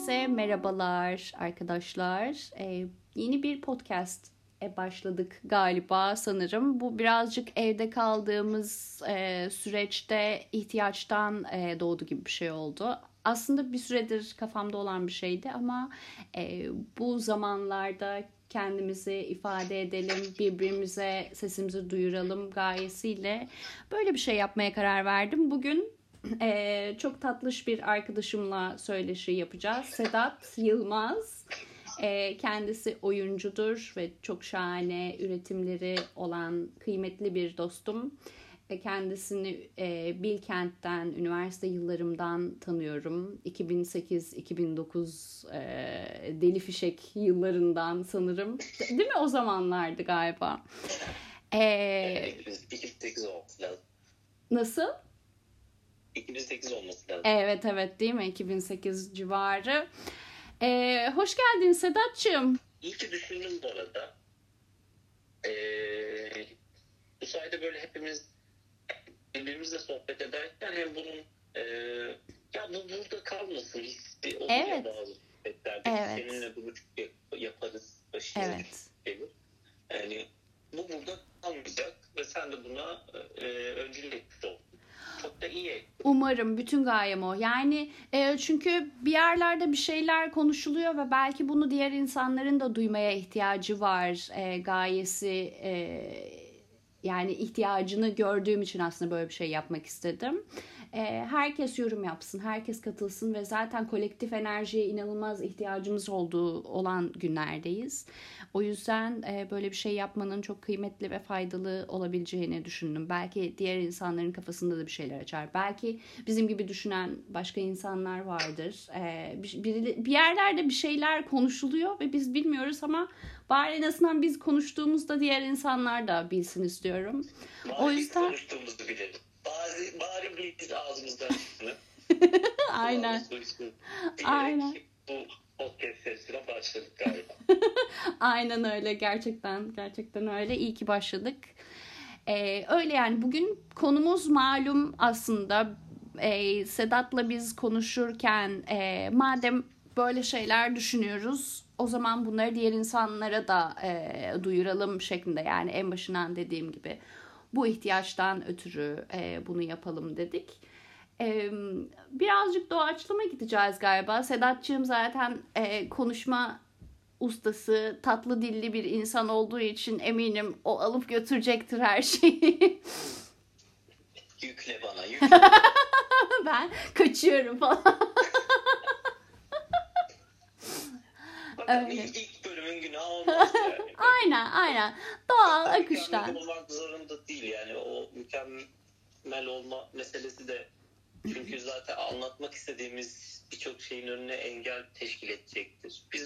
Herkese merhabalar arkadaşlar. Yeni bir podcast başladık galiba sanırım. Bu birazcık evde kaldığımız süreçte ihtiyaçtan doğdu gibi bir şey oldu. Aslında bir süredir kafamda olan bir şeydi ama bu zamanlarda kendimizi ifade edelim, birbirimize sesimizi duyuralım gayesiyle böyle bir şey yapmaya karar verdim. Bugün çok tatlış bir arkadaşımla söyleşi yapacağız. Sedat Yılmaz. Kendisi oyuncudur ve çok şahane üretimleri olan kıymetli bir dostum. Kendisini Bilkent'ten, üniversite yıllarımdan tanıyorum. 2008-2009 Deli Fişek yıllarından sanırım. Değil mi? O zamanlardı galiba. 2008 olması lazım. Nasıl? 2008 olması lazım. Evet değil mi? 2008 civarı. Hoş geldin Sedat'cığım. İyi ki düşündüm bu arada. Bu sayede böyle hepimiz birbirimizle sohbet ederken hem bunun ya bu burada kalmasın hissi olur ya bazı sohbetlerde. Evet. Seninle bunu yaparız. Başına gelir. Yani bu burada kalmayacak ve sen de buna öncülük etmiş oldun. Çok da iyi. Umarım bütün gayem o. Yani çünkü bir yerlerde bir şeyler konuşuluyor ve belki bunu diğer insanların da duymaya ihtiyacı var gayesi. Yani ihtiyacını gördüğüm için aslında böyle bir şey yapmak istedim. Herkes yorum yapsın, herkes katılsın ve zaten kolektif enerjiye inanılmaz ihtiyacımız olan günlerdeyiz. O yüzden böyle bir şey yapmanın çok kıymetli ve faydalı olabileceğini düşündüm. Belki diğer insanların kafasında da bir şeyler açar. Belki bizim gibi düşünen başka insanlar vardır. Bir yerlerde bir şeyler konuşuluyor ve biz bilmiyoruz ama bari en azından biz konuştuğumuzda diğer insanlar da bilsin istiyorum. O yüzden konuştuğumuzu bilelim. Bari biz ağzımızdan çıkını. Aynen. Aynen. Bu podcast serisine başladık galiba. Aynen öyle. Gerçekten öyle. İyi ki başladık. Öyle yani bugün konumuz malum aslında. Sedat'la biz konuşurken madem böyle şeyler düşünüyoruz o zaman bunları diğer insanlara da duyuralım şeklinde, yani en başından dediğim gibi bu ihtiyaçtan ötürü bunu yapalım dedik. Birazcık doğaçlama gideceğiz galiba. Sedat'cığım zaten konuşma ustası, tatlı dilli bir insan olduğu için eminim o alıp götürecektir her şeyi. Yükle bana. Ben kaçıyorum falan. Öyle. İlk bölümün günahı olmaz yani. Aynen. Doğal akıştan. Mükemmel olmak zorunda değil yani. O mükemmel olma meselesi de çünkü zaten anlatmak istediğimiz birçok şeyin önüne engel teşkil edecektir. Biz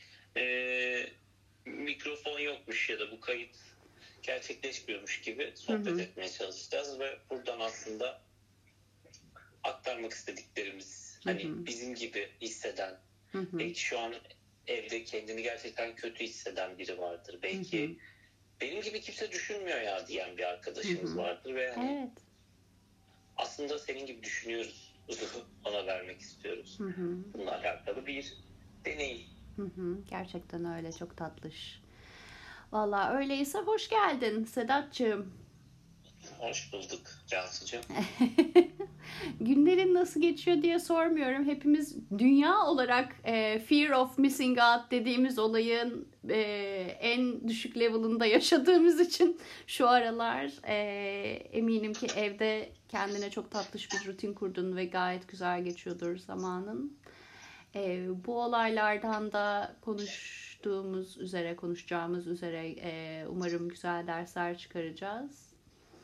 mikrofon yokmuş ya da bu kayıt gerçekleşmiyormuş gibi sohbet etmeye çalışacağız ve buradan aslında aktarmak istediklerimiz hani bizim gibi hisseden belki şu an evde kendini gerçekten kötü hisseden biri vardır. Belki benim gibi kimse düşünmüyor ya diyen bir arkadaşımız vardır ve yani aslında senin gibi düşünüyoruz. Ona vermek istiyoruz. Bununla alakalı bir deneyim. Gerçekten öyle. Çok tatlış. Vallahi öyleyse hoş geldin Sedat'cığım. Hoş bulduk Cansu'cum. Günlerin nasıl geçiyor diye sormuyorum. Hepimiz dünya olarak fear of missing out dediğimiz olayın en düşük level'ında yaşadığımız için şu aralar eminim ki evde kendine çok tatlış bir rutin kurdun ve gayet güzel geçiyordur zamanın. Bu olaylardan da konuşacağımız üzere umarım güzel dersler çıkaracağız.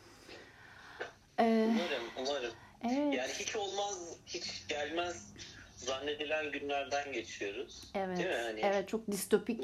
Umarım. Evet. Yani hiç gelmez zannedilen günlerden geçiyoruz. Evet. Değil mi? Hani evet, çok distopik.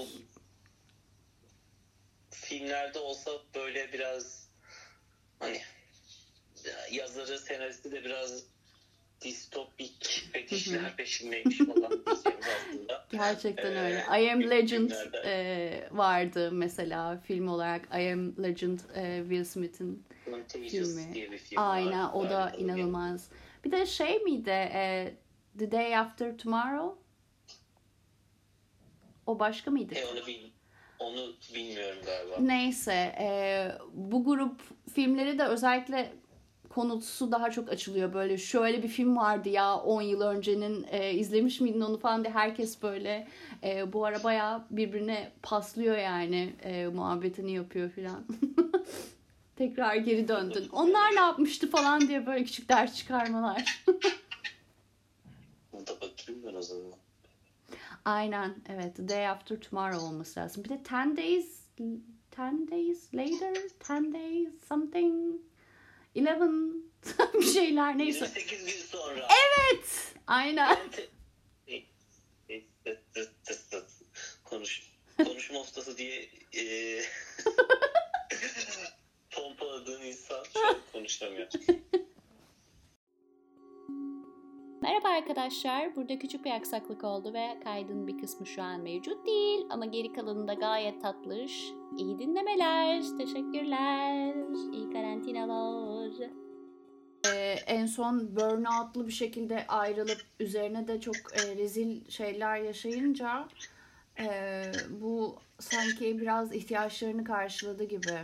Filmlerde olsa böyle biraz hani yazarı, senaristi de biraz distopik fetişler peşindeymiş falan diyeceğimiz aslında. Gerçekten öyle. I Am Legend vardı mesela film olarak. I Am Legend Will Smith'in filmi. Diye bir film Aynen, o da inanılmaz. Bir de şey miydi? The Day After Tomorrow? O başka mıydı? Onu bilmiyorum galiba. Neyse. Bu grup filmleri de özellikle konusu daha çok açılıyor. Böyle şöyle bir film vardı ya 10 yıl öncenin, izlemiş miydin onu falan diye herkes böyle bu ara bayağı birbirine paslıyor yani, muhabbetini yapıyor filan. Tekrar geri döndün. Onlar ne yapmıştı falan diye böyle küçük ders çıkarmalar. Bunu da bakayım ben o zaman. Aynen, evet. The Day After Tomorrow olması lazım. Bir de 10 Days Later, 10 Days something, 11 bir şeyler, neyse. 28 gün sonra. Evet. Aynen. Konuşma ustası diye pompaladığın insan şu an konuşamıyor. Merhaba arkadaşlar. Burada küçük bir aksaklık oldu ve kaydın bir kısmı şu an mevcut değil. Ama geri kalanında gayet tatlış. İyi dinlemeler. Teşekkürler. İyi karantinalar. En son burnout'lu bir şekilde ayrılıp üzerine de çok rezil şeyler yaşayınca bu sanki biraz ihtiyaçlarını karşıladı gibi.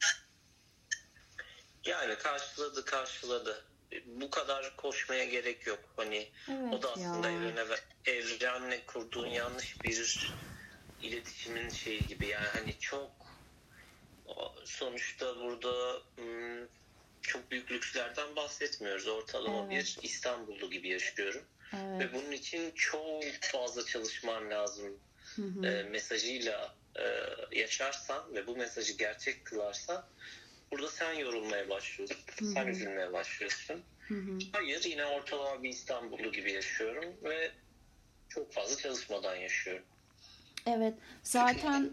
Yani karşıladı. Bu kadar koşmaya gerek yok. Hani Evet, o da aslında evrenle kurduğun yanlış bir iletişimin şeyi gibi. Yani hani çok sonuçta burada çok büyük lükslerden bahsetmiyoruz. Ortalama bir İstanbullu gibi yaşıyorum. Evet. Ve bunun için çok fazla çalışman lazım. Mesajıyla yaşarsan ve bu mesajı gerçek kılarsan burada sen yorulmaya başlıyorsun. Sen üzülmeye başlıyorsun. Hayır, yine ortalama bir İstanbullu gibi yaşıyorum ve çok fazla çalışmadan yaşıyorum. Evet. Zaten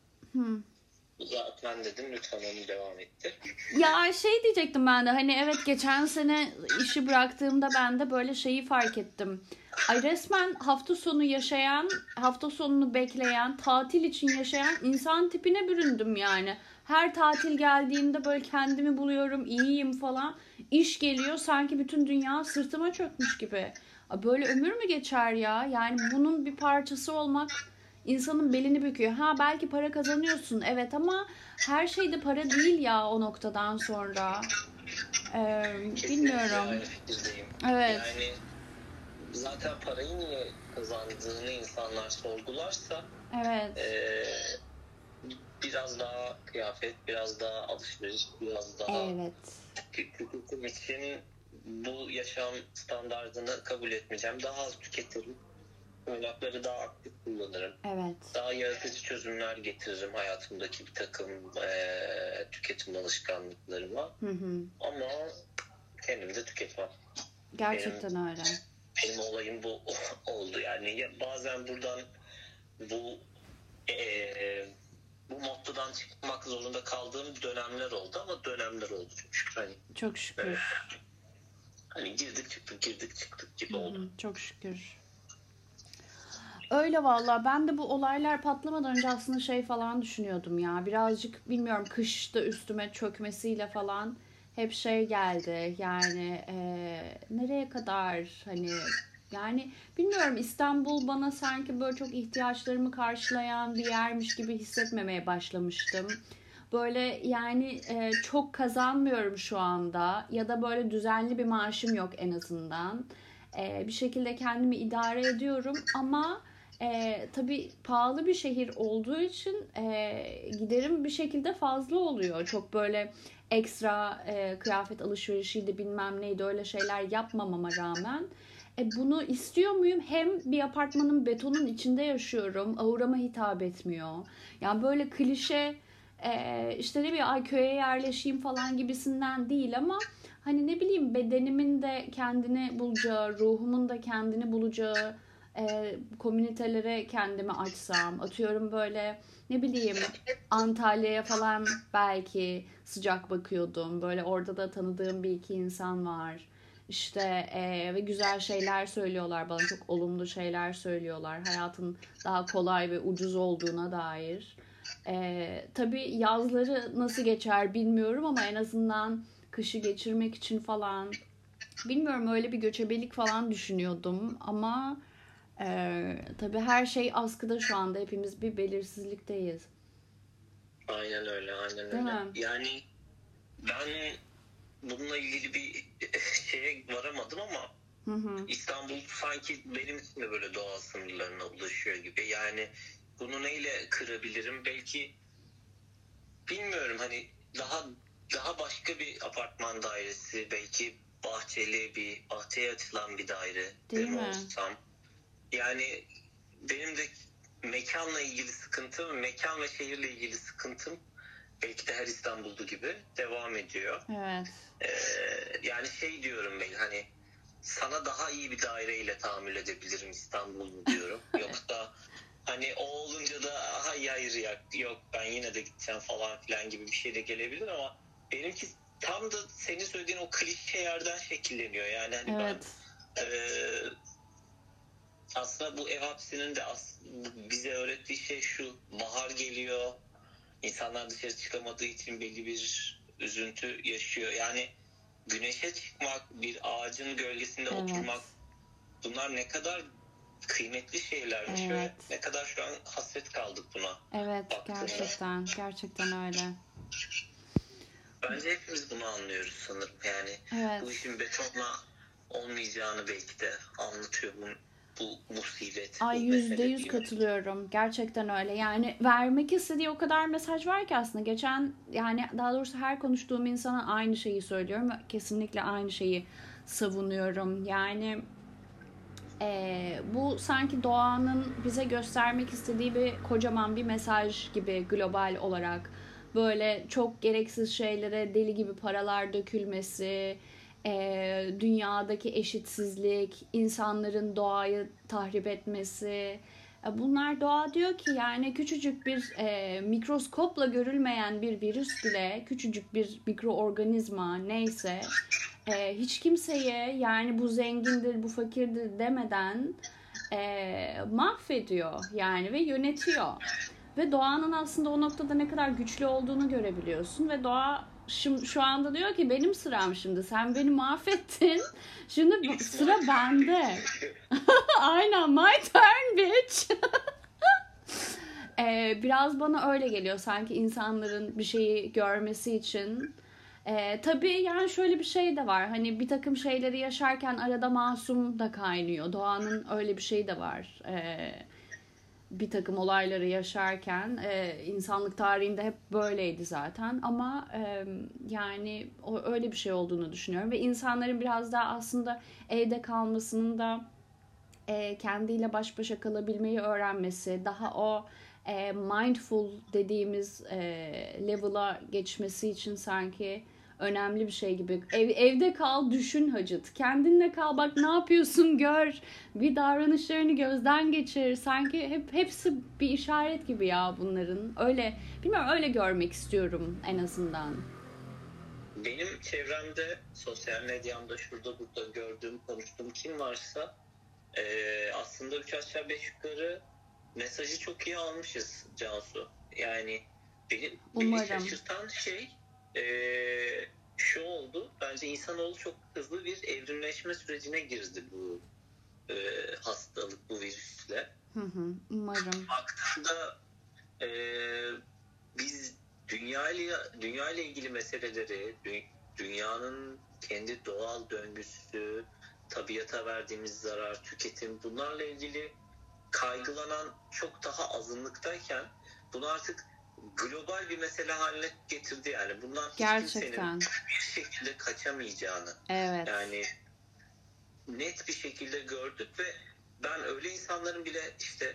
dedim, lütfen onu devam ettir. Ya şey diyecektim ben de, hani evet, geçen sene işi bıraktığımda ben de böyle şeyi fark ettim. Ay, resmen hafta sonu yaşayan, hafta sonunu bekleyen, tatil için yaşayan insan tipine büründüm yani. Her tatil geldiğinde böyle kendimi buluyorum, iyiyim falan. İş geliyor, sanki bütün dünya sırtıma çökmüş gibi. Böyle ömür mü geçer ya? Yani bunun bir parçası olmak insanın belini büküyor. Ha, belki para kazanıyorsun, evet, ama her şey de para değil ya o noktadan sonra. Bilmiyorum. Aynı fikirdeyim. Evet. Yani zaten parayı niye kazandığını insanlar sorgularsa Evet. Biraz daha kıyafet, biraz daha alışveriş, biraz daha tüketim için bu yaşam standardını kabul etmeyeceğim. Daha az tüketirim. Kaynakları daha aktif kullanırım. Evet. Daha yaratıcı çözümler getiririm hayatımdaki bir takım tüketim alışkanlıklarıma. Ama kendimi de tüketmem. Gerçekten öyle. Benim olayım bu oldu. Yani bazen buradan bu mottodan çıkmak zorunda kaldığım dönemler oldu ama dönemler oldu çok şükür. Çok şükür. Hani girdik çıktık gibi oldu. Çok şükür. Öyle valla, ben de bu olaylar patlamadan önce aslında şey falan düşünüyordum ya. Birazcık bilmiyorum, kışta üstüme çökmesiyle falan hep şey geldi. Yani nereye kadar, hani yani bilmiyorum, İstanbul bana sanki böyle çok ihtiyaçlarımı karşılayan bir yermiş gibi hissetmemeye başlamıştım. Böyle yani çok kazanmıyorum şu anda ya da böyle düzenli bir maaşım yok en azından. Bir şekilde kendimi idare ediyorum ama tabii pahalı bir şehir olduğu için giderim bir şekilde fazla oluyor. Çok böyle ekstra kıyafet alışverişiydi, bilmem neydi, öyle şeyler yapmamama rağmen. Bunu istiyor muyum? Hem bir apartmanın betonun içinde yaşıyorum. Aurama hitap etmiyor. Yani böyle klişe işte ne bileyim, ay köye yerleşeyim falan gibisinden değil ama hani ne bileyim, bedenimin de kendini bulacağı, ruhumun da kendini bulacağı komünitelere kendimi açsam, atıyorum böyle ne bileyim, Antalya'ya falan belki sıcak bakıyordum. Böyle orada da tanıdığım bir iki insan var. İşte ve güzel şeyler söylüyorlar bana, çok olumlu şeyler söylüyorlar. Hayatın daha kolay ve ucuz olduğuna dair. Tabii yazları nasıl geçer bilmiyorum ama en azından kışı geçirmek için falan bilmiyorum, öyle bir göçebelik falan düşünüyordum ama Tabii her şey askıda şu anda. Hepimiz bir belirsizlikteyiz. Aynen öyle, aynen Değil öyle. mi? Yani ben bununla ilgili bir şeye varamadım ama İstanbul sanki benim için de böyle doğal sınırlarına ulaşıyor gibi. Yani bunu neyle kırabilirim? Belki bilmiyorum, hani daha başka bir apartman dairesi, belki bahçeye açılan bir daire Değil mi mi? olsam. Yani benim de mekanla ilgili sıkıntım, mekan ve şehirle ilgili sıkıntım belki de her İstanbullu gibi devam ediyor. Evet. Yani şey diyorum ben, hani sana daha iyi bir daireyle tahammül edebilirim İstanbul'u diyorum. Yoksa hani o olunca da hayır ya, yok ben yine de gideceğim falan filan gibi bir şey de gelebilir ama benimki tam da senin söylediğin o klişe yerden şekilleniyor. Yani hani Evet. ben aslında bu ev hapsinin de bize öğrettiği şey şu: bahar geliyor, insanlar dışarı çıkamadığı için belli bir üzüntü yaşıyor. Yani güneşe çıkmak, bir ağacın gölgesinde oturmak, bunlar ne kadar kıymetli şeylermiş ve ne kadar şu an hasret kaldık buna. Evet, baktığında. gerçekten öyle. Bence hepimiz bunu anlıyoruz sanırım. Yani bu işin betonla olmayacağını belki de anlatıyor bu musibet. Ay, %100 katılıyorum. Gerçekten öyle. Yani vermek istediği o kadar mesaj var ki aslında. Yani daha doğrusu her konuştuğum insana aynı şeyi söylüyorum ve kesinlikle aynı şeyi savunuyorum. Yani bu sanki doğanın bize göstermek istediği kocaman bir mesaj gibi, global olarak. Böyle çok gereksiz şeylere deli gibi paralar dökülmesi, dünyadaki eşitsizlik, insanların doğayı tahrip etmesi. Bunlar, doğa diyor ki yani küçücük bir mikroskopla görülmeyen bir virüs bile, küçücük bir mikroorganizma neyse, hiç kimseye yani bu zengindir, bu fakirdir demeden mahvediyor yani ve yönetiyor. Ve doğanın aslında o noktada ne kadar güçlü olduğunu görebiliyorsun ve doğa şu anda diyor ki benim sıram şimdi. Sen beni mahvettin. Şimdi sıra bende. Aynen, my turn bitch. Biraz bana öyle geliyor sanki insanların bir şeyi görmesi için. Tabii yani şöyle bir şey de var. Hani bir takım şeyleri yaşarken arada masum da kaynıyor. Doğanın öyle bir şeyi de var. Bir takım olayları yaşarken insanlık tarihinde hep böyleydi zaten ama yani öyle bir şey olduğunu düşünüyorum ve insanların biraz daha aslında evde kalmasının da kendiyle baş başa kalabilmeyi öğrenmesi, daha o mindful dediğimiz level'a geçmesi için sanki önemli bir şey gibi. Evde kal, düşün Hacıt. Kendinle kal, bak ne yapıyorsun gör. Bir davranışlarını gözden geçir. Sanki hepsi bir işaret gibi ya bunların. Öyle, bilmiyorum, öyle görmek istiyorum en azından. Benim çevremde, sosyal medyamda, şurada burada gördüğüm, konuştuğum kim varsa aslında 3 aşağı 5 yukarı mesajı çok iyi almışız Cansu. Yani beni şaşırtan şey şu oldu. Bence insanoğlu çok hızlı bir evrimleşme sürecine girdi bu hastalık, bu virüsle. Umarım. Baktığında biz dünya ile ilgili meseleleri, dünyanın kendi doğal döngüsü, tabiata verdiğimiz zarar, tüketim, bunlarla ilgili kaygılanan çok daha azınlıktayken bunu artık global bir mesele haline getirdi. Yani bundan hiç kimsenin bir şekilde kaçamayacağını yani net bir şekilde gördük ve ben öyle insanların bile işte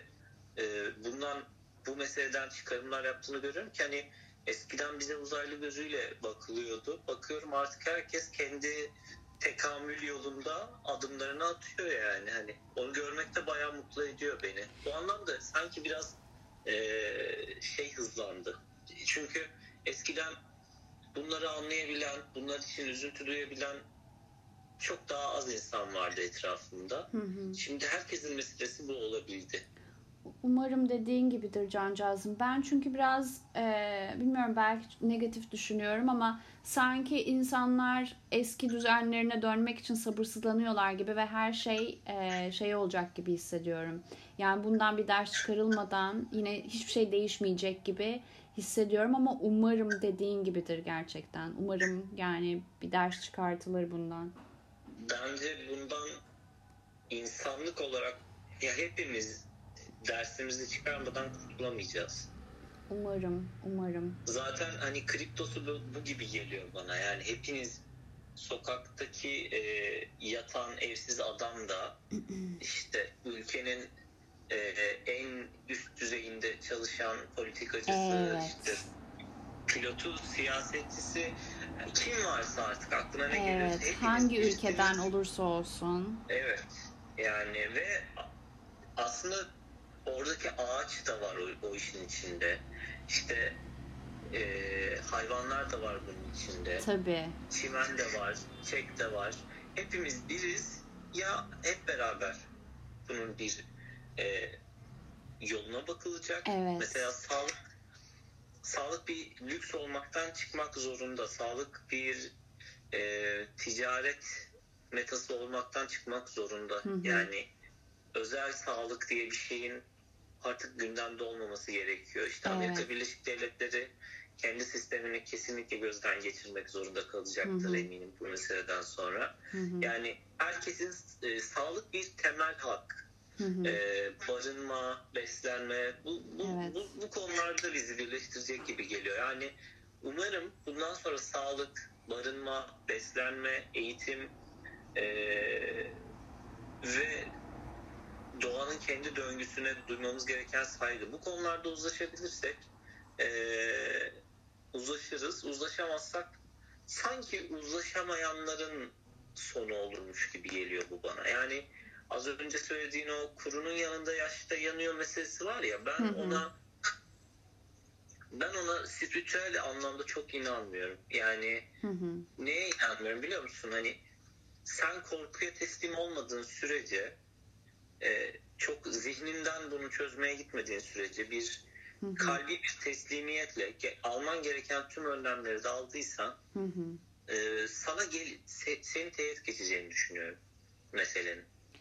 bu meseleden çıkarımlar yaptığını görüyorum ki hani eskiden bize uzaylı gözüyle bakılıyordu. Bakıyorum artık herkes kendi tekamül yolunda adımlarını atıyor yani. Hani onu görmek de bayağı mutlu ediyor beni. Bu anlamda sanki biraz hızlandı. Çünkü eskiden bunları anlayabilen, bunlar için üzüntü duyabilen çok daha az insan vardı etrafımda. Şimdi herkesin meselesi bu olabildi. Umarım dediğin gibidir cancağızım. Ben çünkü biraz bilmiyorum, belki negatif düşünüyorum ama sanki insanlar eski düzenlerine dönmek için sabırsızlanıyorlar gibi ve her şey şey olacak gibi hissediyorum. Yani bundan bir ders çıkarılmadan yine hiçbir şey değişmeyecek gibi hissediyorum ama umarım dediğin gibidir gerçekten. Umarım yani bir ders çıkartılır bundan. Bence bundan insanlık olarak ya hepimiz dersimizi çıkarmadan kurtulamayacağız. Umarım, umarım. Zaten hani kriptosu bu gibi geliyor bana. Yani hepiniz sokaktaki yatan evsiz adam da işte ülkenin e, en üst düzeyinde çalışan politikacısı, Evet. işte pilotu, siyasetçisi, kim varsa artık aklına ne geliyorsa Evet, hepiniz hangi ülkeden olursa olsun. evet, yani ve aslında oradaki ağaç da var o işin içinde. İşte hayvanlar da var bunun içinde. Tabii. Çimen de var, çek de var. Hepimiz biriz ya, hep beraber bunun bir yoluna bakılacak. Evet. Mesela sağlık bir lüks olmaktan çıkmak zorunda. Sağlık bir ticaret metası olmaktan çıkmak zorunda. Hı hı. Yani özel sağlık diye bir şeyin artık gündemde olmaması gerekiyor. İşte Evet. Amerika Birleşik Devletleri kendi sistemini kesinlikle gözden geçirmek zorunda kalacaktır, eminim bu meseleden sonra. Yani herkesin sağlık bir temel hak. Barınma, beslenme, bu konularda bizi birleştirecek gibi geliyor. Yani umarım bundan sonra sağlık, barınma, beslenme, eğitim ve doğanın kendi döngüsüne duymamız gereken saygı, bu konularda uzlaşabilirsek uzlaşırız. Uzlaşamazsak sanki uzlaşamayanların sonu olurmuş gibi geliyor bu bana. Yani az önce söylediğin o kurunun yanında yaşta yanıyor meselesi var ya, ben ona spiritüel anlamda çok inanmıyorum. Yani neye inanmıyorum biliyor musun? Hani sen korkuya teslim olmadığın sürece, çok zihninden bunu çözmeye gitmediğin sürece, bir kalbi bir teslimiyetle alman gereken tüm önlemleri de aldıysan sana seni teğet geçeceğini düşünüyorum meselenin.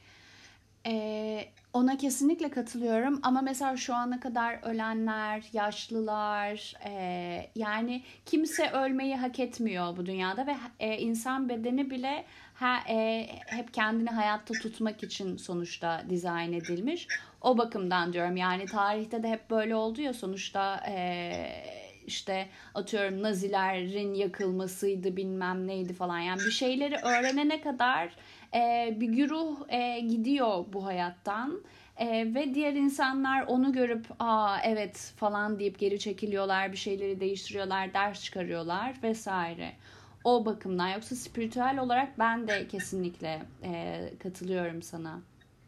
Ona kesinlikle katılıyorum ama mesela şu ana kadar ölenler, yaşlılar, yani kimse ölmeyi hak etmiyor bu dünyada ve insan bedeni bile hep kendini hayatta tutmak için sonuçta dizayn edilmiş. O bakımdan diyorum, yani tarihte de hep böyle oldu ya sonuçta, işte atıyorum Nazilerin yakılmasıydı, bilmem neydi falan, yani bir şeyleri öğrenene kadar bir güruh gidiyor bu hayattan ve diğer insanlar onu görüp aa evet falan deyip geri çekiliyorlar, bir şeyleri değiştiriyorlar, ders çıkarıyorlar vesaire. O bakımdan, yoksa spiritüel olarak ben de kesinlikle katılıyorum sana.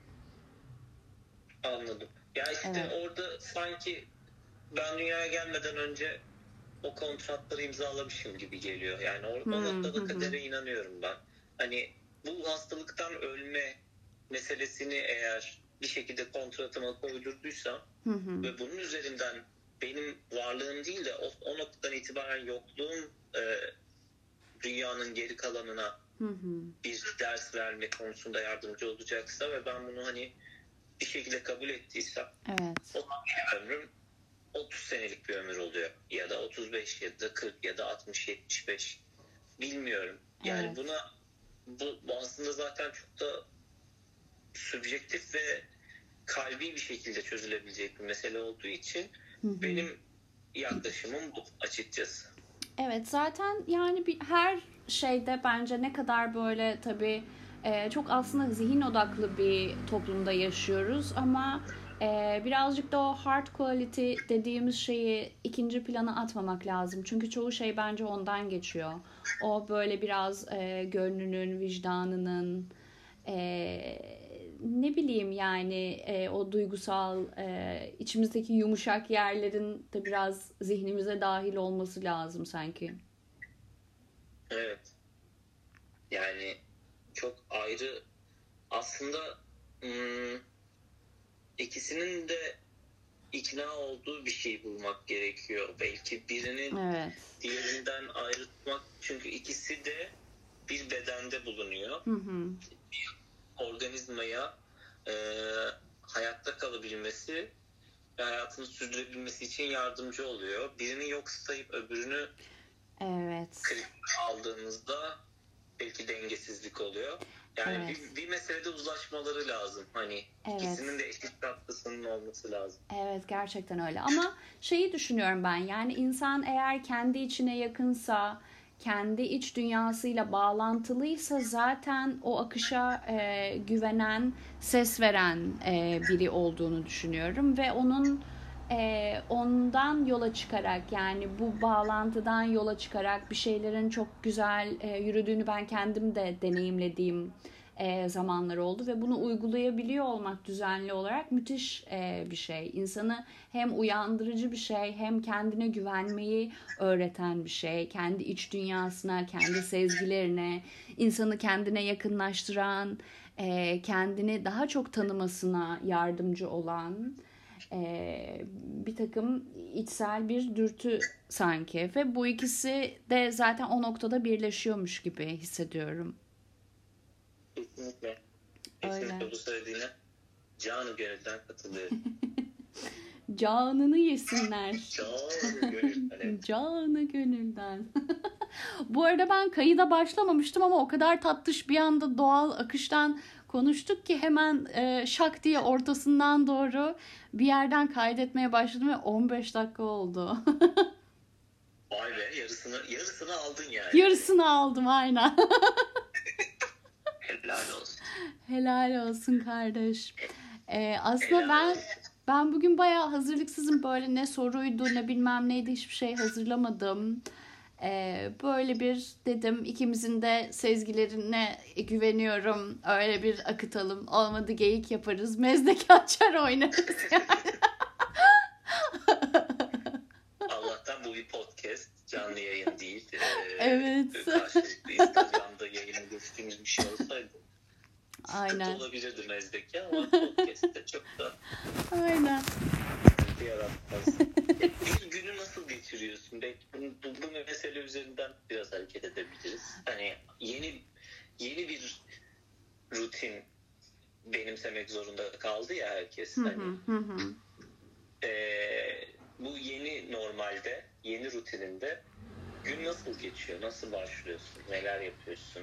Anladım. Ya işte Evet. orada sanki ben dünyaya gelmeden önce o kontratları imzalamışım gibi geliyor. Yani o noktada kadere inanıyorum ben. Hani bu hastalıktan ölme meselesini eğer bir şekilde kontratıma koydurduysam ve bunun üzerinden benim varlığım değil de o noktadan itibaren yokluğum dünyanın geri kalanına bir ders verme konusunda yardımcı olacaksa ve ben bunu hani bir şekilde kabul ettiysem, evet, o zaman ömrüm 30 senelik bir ömür oluyor. Ya da 35 ya da 40 ya da 60-75. Bilmiyorum. Yani evet. bu aslında zaten çok da subjektif ve kalbi bir şekilde çözülebilecek bir mesele olduğu için benim yaklaşımım bu açıkçası. Evet, zaten yani her şeyde bence ne kadar böyle tabii çok aslında zihin odaklı bir toplumda yaşıyoruz ama birazcık da o hard quality dediğimiz şeyi ikinci plana atmamak lazım. Çünkü çoğu şey bence ondan geçiyor. O böyle biraz gönlünün, vicdanının, ne bileyim yani o duygusal içimizdeki yumuşak yerlerin de biraz zihnimize dahil olması lazım sanki. Evet. Yani çok ayrı aslında, ikisinin de ikna olduğu bir şey bulmak gerekiyor. Belki birinin diğerinden ayrılmak, çünkü ikisi de bir bedende bulunuyor. Bir organizmaya hayatta kalabilmesi ve hayatını sürdürebilmesi için yardımcı oluyor. Birini yok sayıp öbürünü aldığınızda belki dengesizlik oluyor. Yani bir meselede uzlaşmaları lazım. Hani ikisinin de eşit katkısının olması lazım. Evet, gerçekten öyle. Ama şeyi düşünüyorum ben, yani insan eğer kendi içine yakınsa, kendi iç dünyasıyla bağlantılıysa zaten o akışa güvenen, ses veren biri olduğunu düşünüyorum ve ondan yola çıkarak, yani bu bağlantıdan yola çıkarak bir şeylerin çok güzel yürüdüğünü ben kendim de deneyimlediğim zamanlar oldu ve bunu uygulayabiliyor olmak düzenli olarak müthiş bir şey. İnsanı hem uyandırıcı bir şey, hem kendine güvenmeyi öğreten bir şey. Kendi iç dünyasına, kendi sezgilerine, insanı kendine yakınlaştıran, kendini daha çok tanımasına yardımcı olan bir takım içsel bir dürtü sanki. Ve bu ikisi de zaten o noktada birleşiyormuş gibi hissediyorum. Kesinlikle. Kesinlikle bu söylediğine canı gönülden katılıyorum. Canını yesinler. Canı gönülden. Evet. Canı gönülden. Bu arada ben kayıda başlamamıştım ama o kadar tatlış bir anda doğal akıştan konuştuk ki hemen şak diye ortasından doğru bir yerden kaydetmeye başladım ve 15 dakika oldu. Vay be, yarısını aldın yani. Yarısını aldım aynen. Helal olsun. Helal olsun kardeş. Aslında ben bugün bayağı hazırlıksızım, böyle ne soruydu ne bilmem neydi, hiçbir şey hazırlamadım. Böyle bir dedim, ikimizin de sezgilerine güveniyorum, öyle bir akıtalım, olmadı geyik yaparız, mezdeki açar oynarız yani. Allah'tan bu bir podcast, canlı yayın değil. Evet. Karşılıklı Instagram'da yayına geçtiğimiz bir şey olsaydı aynen olabilirdi mezdeki, ama podcast'te çok da aynen yaratmaz. Bir günü nasıl geçiriyorsun? Belki bu mesele üzerinden biraz hareket edebiliriz. Hani yeni bir rutin benimsemek zorunda kaldı ya herkes. Bu yeni normalde, yeni rutininde gün nasıl geçiyor? Nasıl başlıyorsun? Neler yapıyorsun?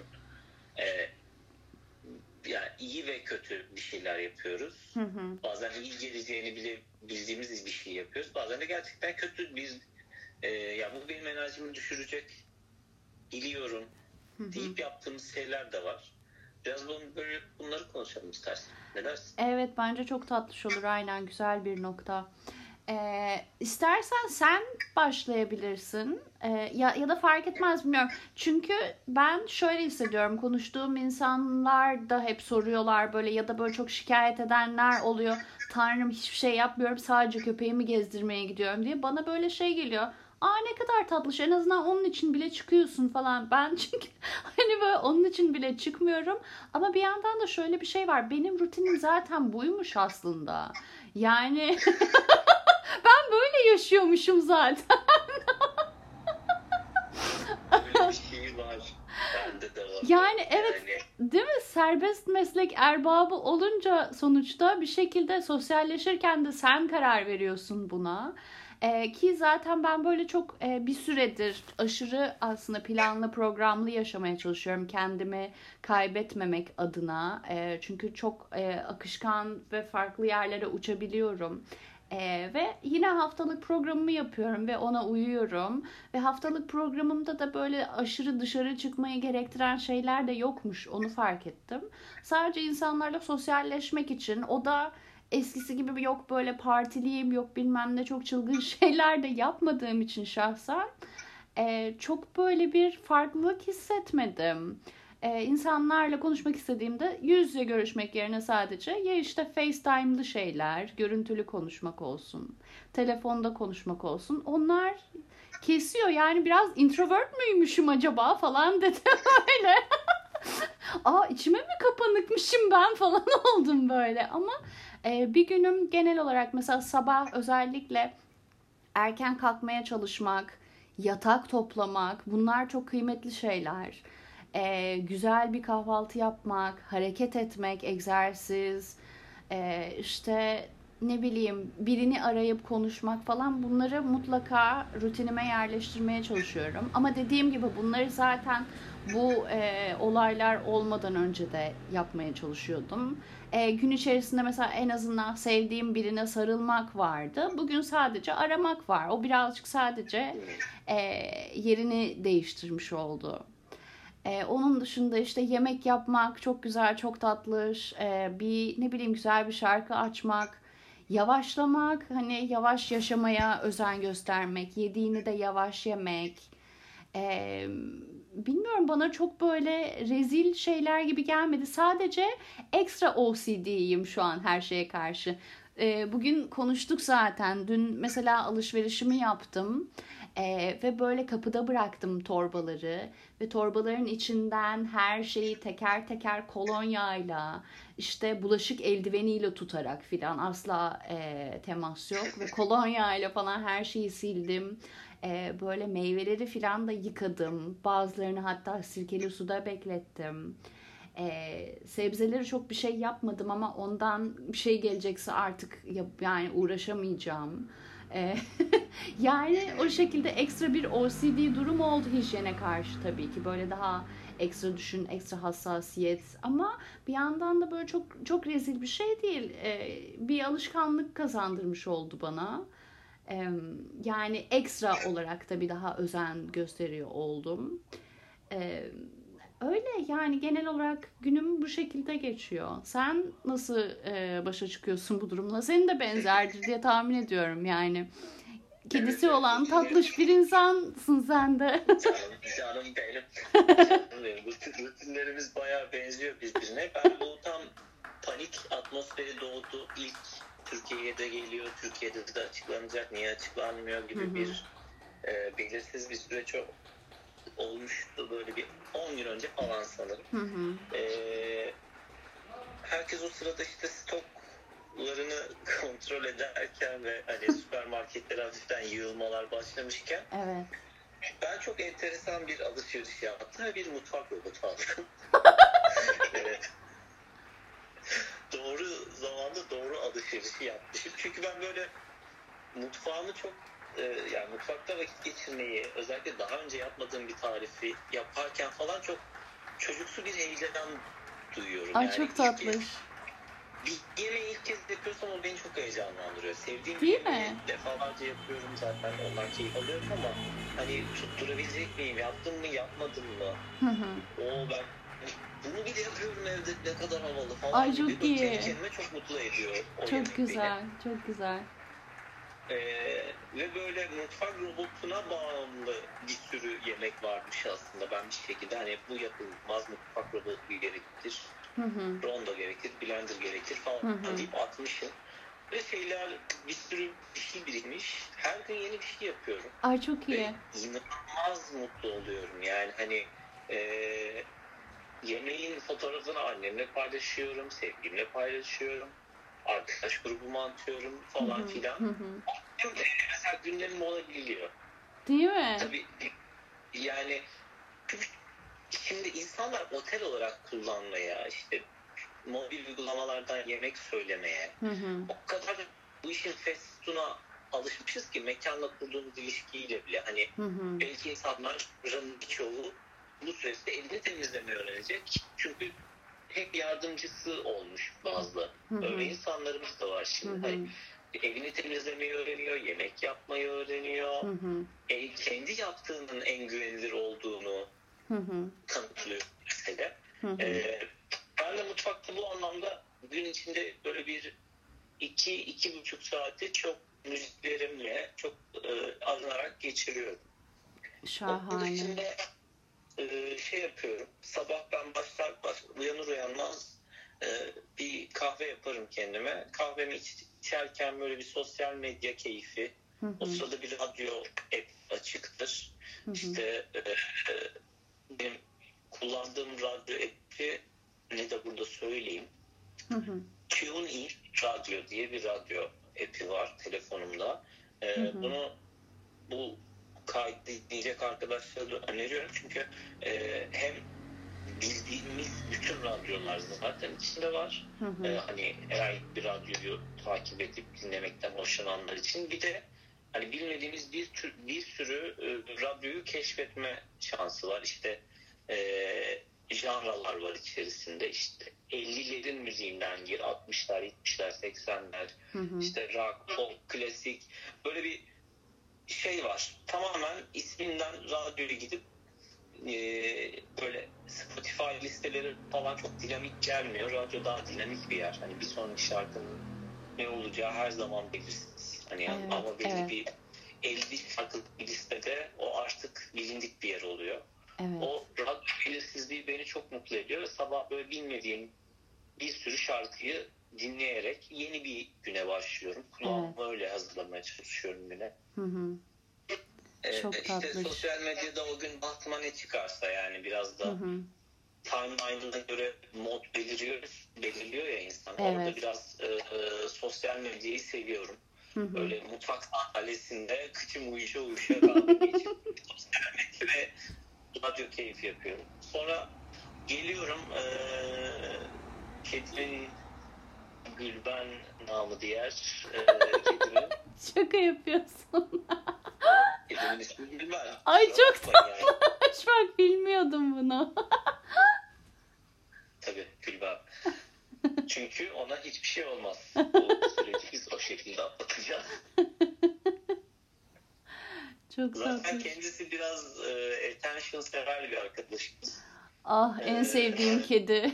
Yani iyi ve kötü bir şeyler yapıyoruz. Bazen iyi geleceğini bile bildiğimiz bir şey yapıyoruz. Bazen de gerçekten kötü bir ya bu benim enerjimi düşürecek, biliyorum deyip yaptığımız şeyler de var. Biraz bunları konuşalım istersen. Ne dersin? Evet, bence çok tatlış olur. Aynen, güzel bir nokta. İstersen sen başlayabilirsin. Ya da fark etmez, bilmiyorum. Çünkü ben şöyle hissediyorum. Konuştuğum insanlar da hep soruyorlar böyle, ya da böyle çok şikayet edenler oluyor. Tanrım, hiçbir şey yapmıyorum, sadece köpeğimi gezdirmeye gidiyorum diye. Bana böyle şey geliyor. Ne kadar tatlış, en azından onun için bile çıkıyorsun falan. Ben çünkü hani böyle onun için bile çıkmıyorum. Ama bir yandan da şöyle bir şey var. Benim rutinim zaten buymuş aslında. Yani ben böyle yaşıyormuşum zaten. Öyle bir şey var. Bende de var. Yani evet, değil mi? Serbest meslek erbabı olunca sonuçta bir şekilde sosyalleşirken de sen karar veriyorsun buna. Ki zaten ben böyle çok bir süredir aşırı aslında planlı programlı yaşamaya çalışıyorum, kendimi kaybetmemek adına. Çünkü çok akışkan ve farklı yerlere uçabiliyorum. Ve yine haftalık programımı yapıyorum ve ona uyuyorum. Ve haftalık programımda da böyle aşırı dışarı çıkmayı gerektiren şeyler de yokmuş, onu fark ettim. Sadece insanlarla sosyalleşmek için, o da eskisi gibi yok böyle partiliyim, yok bilmem ne, çok çılgın şeyler de yapmadığım için şahsen çok böyle bir farklılık hissetmedim. İnsanlarla konuşmak istediğimde yüz yüze görüşmek yerine sadece ya işte FaceTime'lı şeyler, görüntülü konuşmak olsun, telefonda konuşmak olsun. Onlar kesiyor, yani biraz introvert müymüşüm acaba falan dedim öyle. İçime mi kapanıkmışım ben falan oldum böyle. Ama Bir günüm genel olarak mesela sabah özellikle erken kalkmaya çalışmak, yatak toplamak, bunlar çok kıymetli şeyler. Güzel bir kahvaltı yapmak, hareket etmek, egzersiz, işte ne bileyim birini arayıp konuşmak falan, bunları mutlaka rutinime yerleştirmeye çalışıyorum. Ama dediğim gibi bunları zaten bu olaylar olmadan önce de yapmaya çalışıyordum. Gün içerisinde mesela en azından sevdiğim birine sarılmak vardı. Bugün sadece aramak var. O birazcık sadece e, yerini değiştirmiş oldu. Onun dışında işte yemek yapmak çok güzel, çok tatlı. Bir ne bileyim güzel bir şarkı açmak, yavaşlamak, hani yavaş yaşamaya özen göstermek, yediğini de yavaş yemek. Ee, Bilmiyorum, bana çok böyle rezil şeyler gibi gelmedi. Sadece ekstra OCD'yim şu an her şeye karşı. Bugün konuştuk zaten. Dün mesela alışverişimi yaptım. Ve böyle kapıda bıraktım torbaları. Ve torbaların içinden her şeyi teker teker kolonyayla, işte bulaşık eldiveniyle tutarak filan, asla temas yok. Ve kolonyayla falan her şeyi sildim. Böyle meyveleri filan da yıkadım. Bazılarını hatta sirkeli suda beklettim. Sebzeleri çok bir şey yapmadım ama ondan bir şey gelecekse artık yani uğraşamayacağım. Ee, Yani o şekilde ekstra bir OCD durum oldu hijyene karşı tabii ki. Böyle daha ekstra düşün, ekstra hassasiyet, ama bir yandan da böyle çok çok rezil bir şey değil. Bir alışkanlık kazandırmış oldu bana. Yani ekstra olarak da bir daha özen gösteriyor oldum. Ee, Öyle yani, genel olarak günüm bu şekilde geçiyor. Sen nasıl başa çıkıyorsun bu durumla? Senin de benzerdir diye tahmin ediyorum yani. Evet, Kedisi evet, olan tatlış bir insansın sen de. canım benim. Canım benim. Rutinlerimiz bayağı benziyor birbirine. Ben bu tam panik atmosferi doğdu. İlk Türkiye'ye de geliyor. Türkiye'de de açıklanacak, niye açıklanmıyor gibi bir belirsiz bir süreç olmuştu. Böyle bir 10 gün önce falan sanırım. Herkes o sırada işte stoklarını kontrol ederken ve hani süpermarketlere hafiften yığılmalar başlamışken Evet. ben çok enteresan bir alışveriş yaptım ve bir mutfak robotu aldım. Evet. Doğru zamanda doğru alışverişi yapmışım. Çünkü ben böyle mutfağımı çok yani mutfakta vakit geçirmeyi, özellikle daha önce yapmadığım bir tarifi yaparken falan çok çocuksu bir heyecan duyuyorum. Ay Yani çok tatlış. bir yemeği ilk kez yapıyorsam o beni çok heyecanlandırıyor. Sevdiğim bir Değil yemeği mi? defalarca yapıyorum zaten. Ondan keyif alıyorum ama hani tutturabilecek miyim? Yaptım mı, yapmadım mı? Ben bunu bile yapıyorum evde, ne kadar havalı falan Ay gibi. çok Böyle kendi iyi. kendime çok mutlu ediyor o Çok yemek beni. güzel. Çok güzel. Ve böyle mutfak robotuna bağımlı bir sürü yemek varmış aslında. Ben bir şekilde hani bu yapılmaz, mutfak robotu gerektir, rondo gerekir, blender gerekir falan deyip atmışım. Ve bir sürü bir şey birikmiş. Her gün yeni bir şey yapıyorum. Ay çok Ve iyi. inanılmaz mutlu oluyorum. Yani hani yemeğin fotoğrafını annemle paylaşıyorum, sevgilimle paylaşıyorum. Arkadaş grubuma atıyorum falan filan. Mesela gündemim olabiliyor. Değil mi? Tabii yani şimdi insanlar otel olarak kullanmaya, işte mobil uygulamalardan yemek söylemeye o kadar bu işin fast food'una alışmışız ki mekanla kurduğumuz ilişkiyle bile hani belki insanların birçoğu bu süreçte elini temizlemeyi öğrenecek. Çünkü hep yardımcısı olmuş bazı. Öyle insanlarımız da var şimdi. Hani evini temizlemeyi öğreniyor, yemek yapmayı öğreniyor. Kendi yaptığının en güvenilir olduğunu kanıtlıyor mesela. Ben de mutfakta bu anlamda gün içinde böyle bir 2-2,5 saati çok müziklerimle çok alınarak geçiriyorum. Şahane. Onun dışında şey yapıyorum. Sabah ben uyanır uyanmaz bir kahve yaparım kendime. Kahvemi içerken böyle bir sosyal medya keyfi. O sırada bir radyo app açıktır. İşte benim kullandığım radyo app'i ne de burada söyleyeyim. TuneIn Radyo diye bir radyo app'i var telefonumda. Bu kayıt dinleyecek arkadaşlara da öneriyorum. Çünkü hem bildiğimiz bütün radyolar zaten içinde var. Hani herhangi bir radyoyu takip edip dinlemekten hoşlananlar için. Bir de hani bilmediğimiz bir sürü radyoyu keşfetme şansı var. İşte janralar var içerisinde. İşte 50'lerin müziğinden gir, 60'lar, 70'ler, 80'ler, işte rock, pop, klasik. Böyle bir şey var. Tamamen isminden radyoya gidip böyle Spotify listeleri falan çok dinamik gelmiyor. Radyo daha dinamik bir yer. Hani bir sonraki şarkının ne olacağı her zaman belirsiz. Hani ama belli bir 50 şarkılık bir listede o artık bilindik bir yer oluyor. Evet. O radyo belirsizliği beni çok mutlu ediyor ve sabah böyle bilmediğim bir sürü şarkıyı dinleyerek yeni bir güne başlıyorum. Kulağımı öyle hazırlamaya çalışıyorum güne. Çok tatlı. İşte sosyal medyada o gün bahtıma ne çıkarsa yani biraz da timeline'ına göre mod belirliyor ya insan. Evet. Orada biraz sosyal medyayı seviyorum. Böyle mutfak sandalyesinde kıçım uyuşa kahve içip sosyal medya ve radyo keyfi yapıyorum. Sonra geliyorum kedimin Gülben namı diğer kedimin. Şaka yapıyorsun. Kedimin ismi Gülben. Ay çok tatlımış, bak bilmiyordum bunu. Tabii Gülben. Çünkü ona hiçbir şey olmaz. O süreci biz o şekilde atlatacağız. Çok zaten tatlı. kendisi biraz attention sever bir arkadaşımız. Ah, en sevdiğim kedi.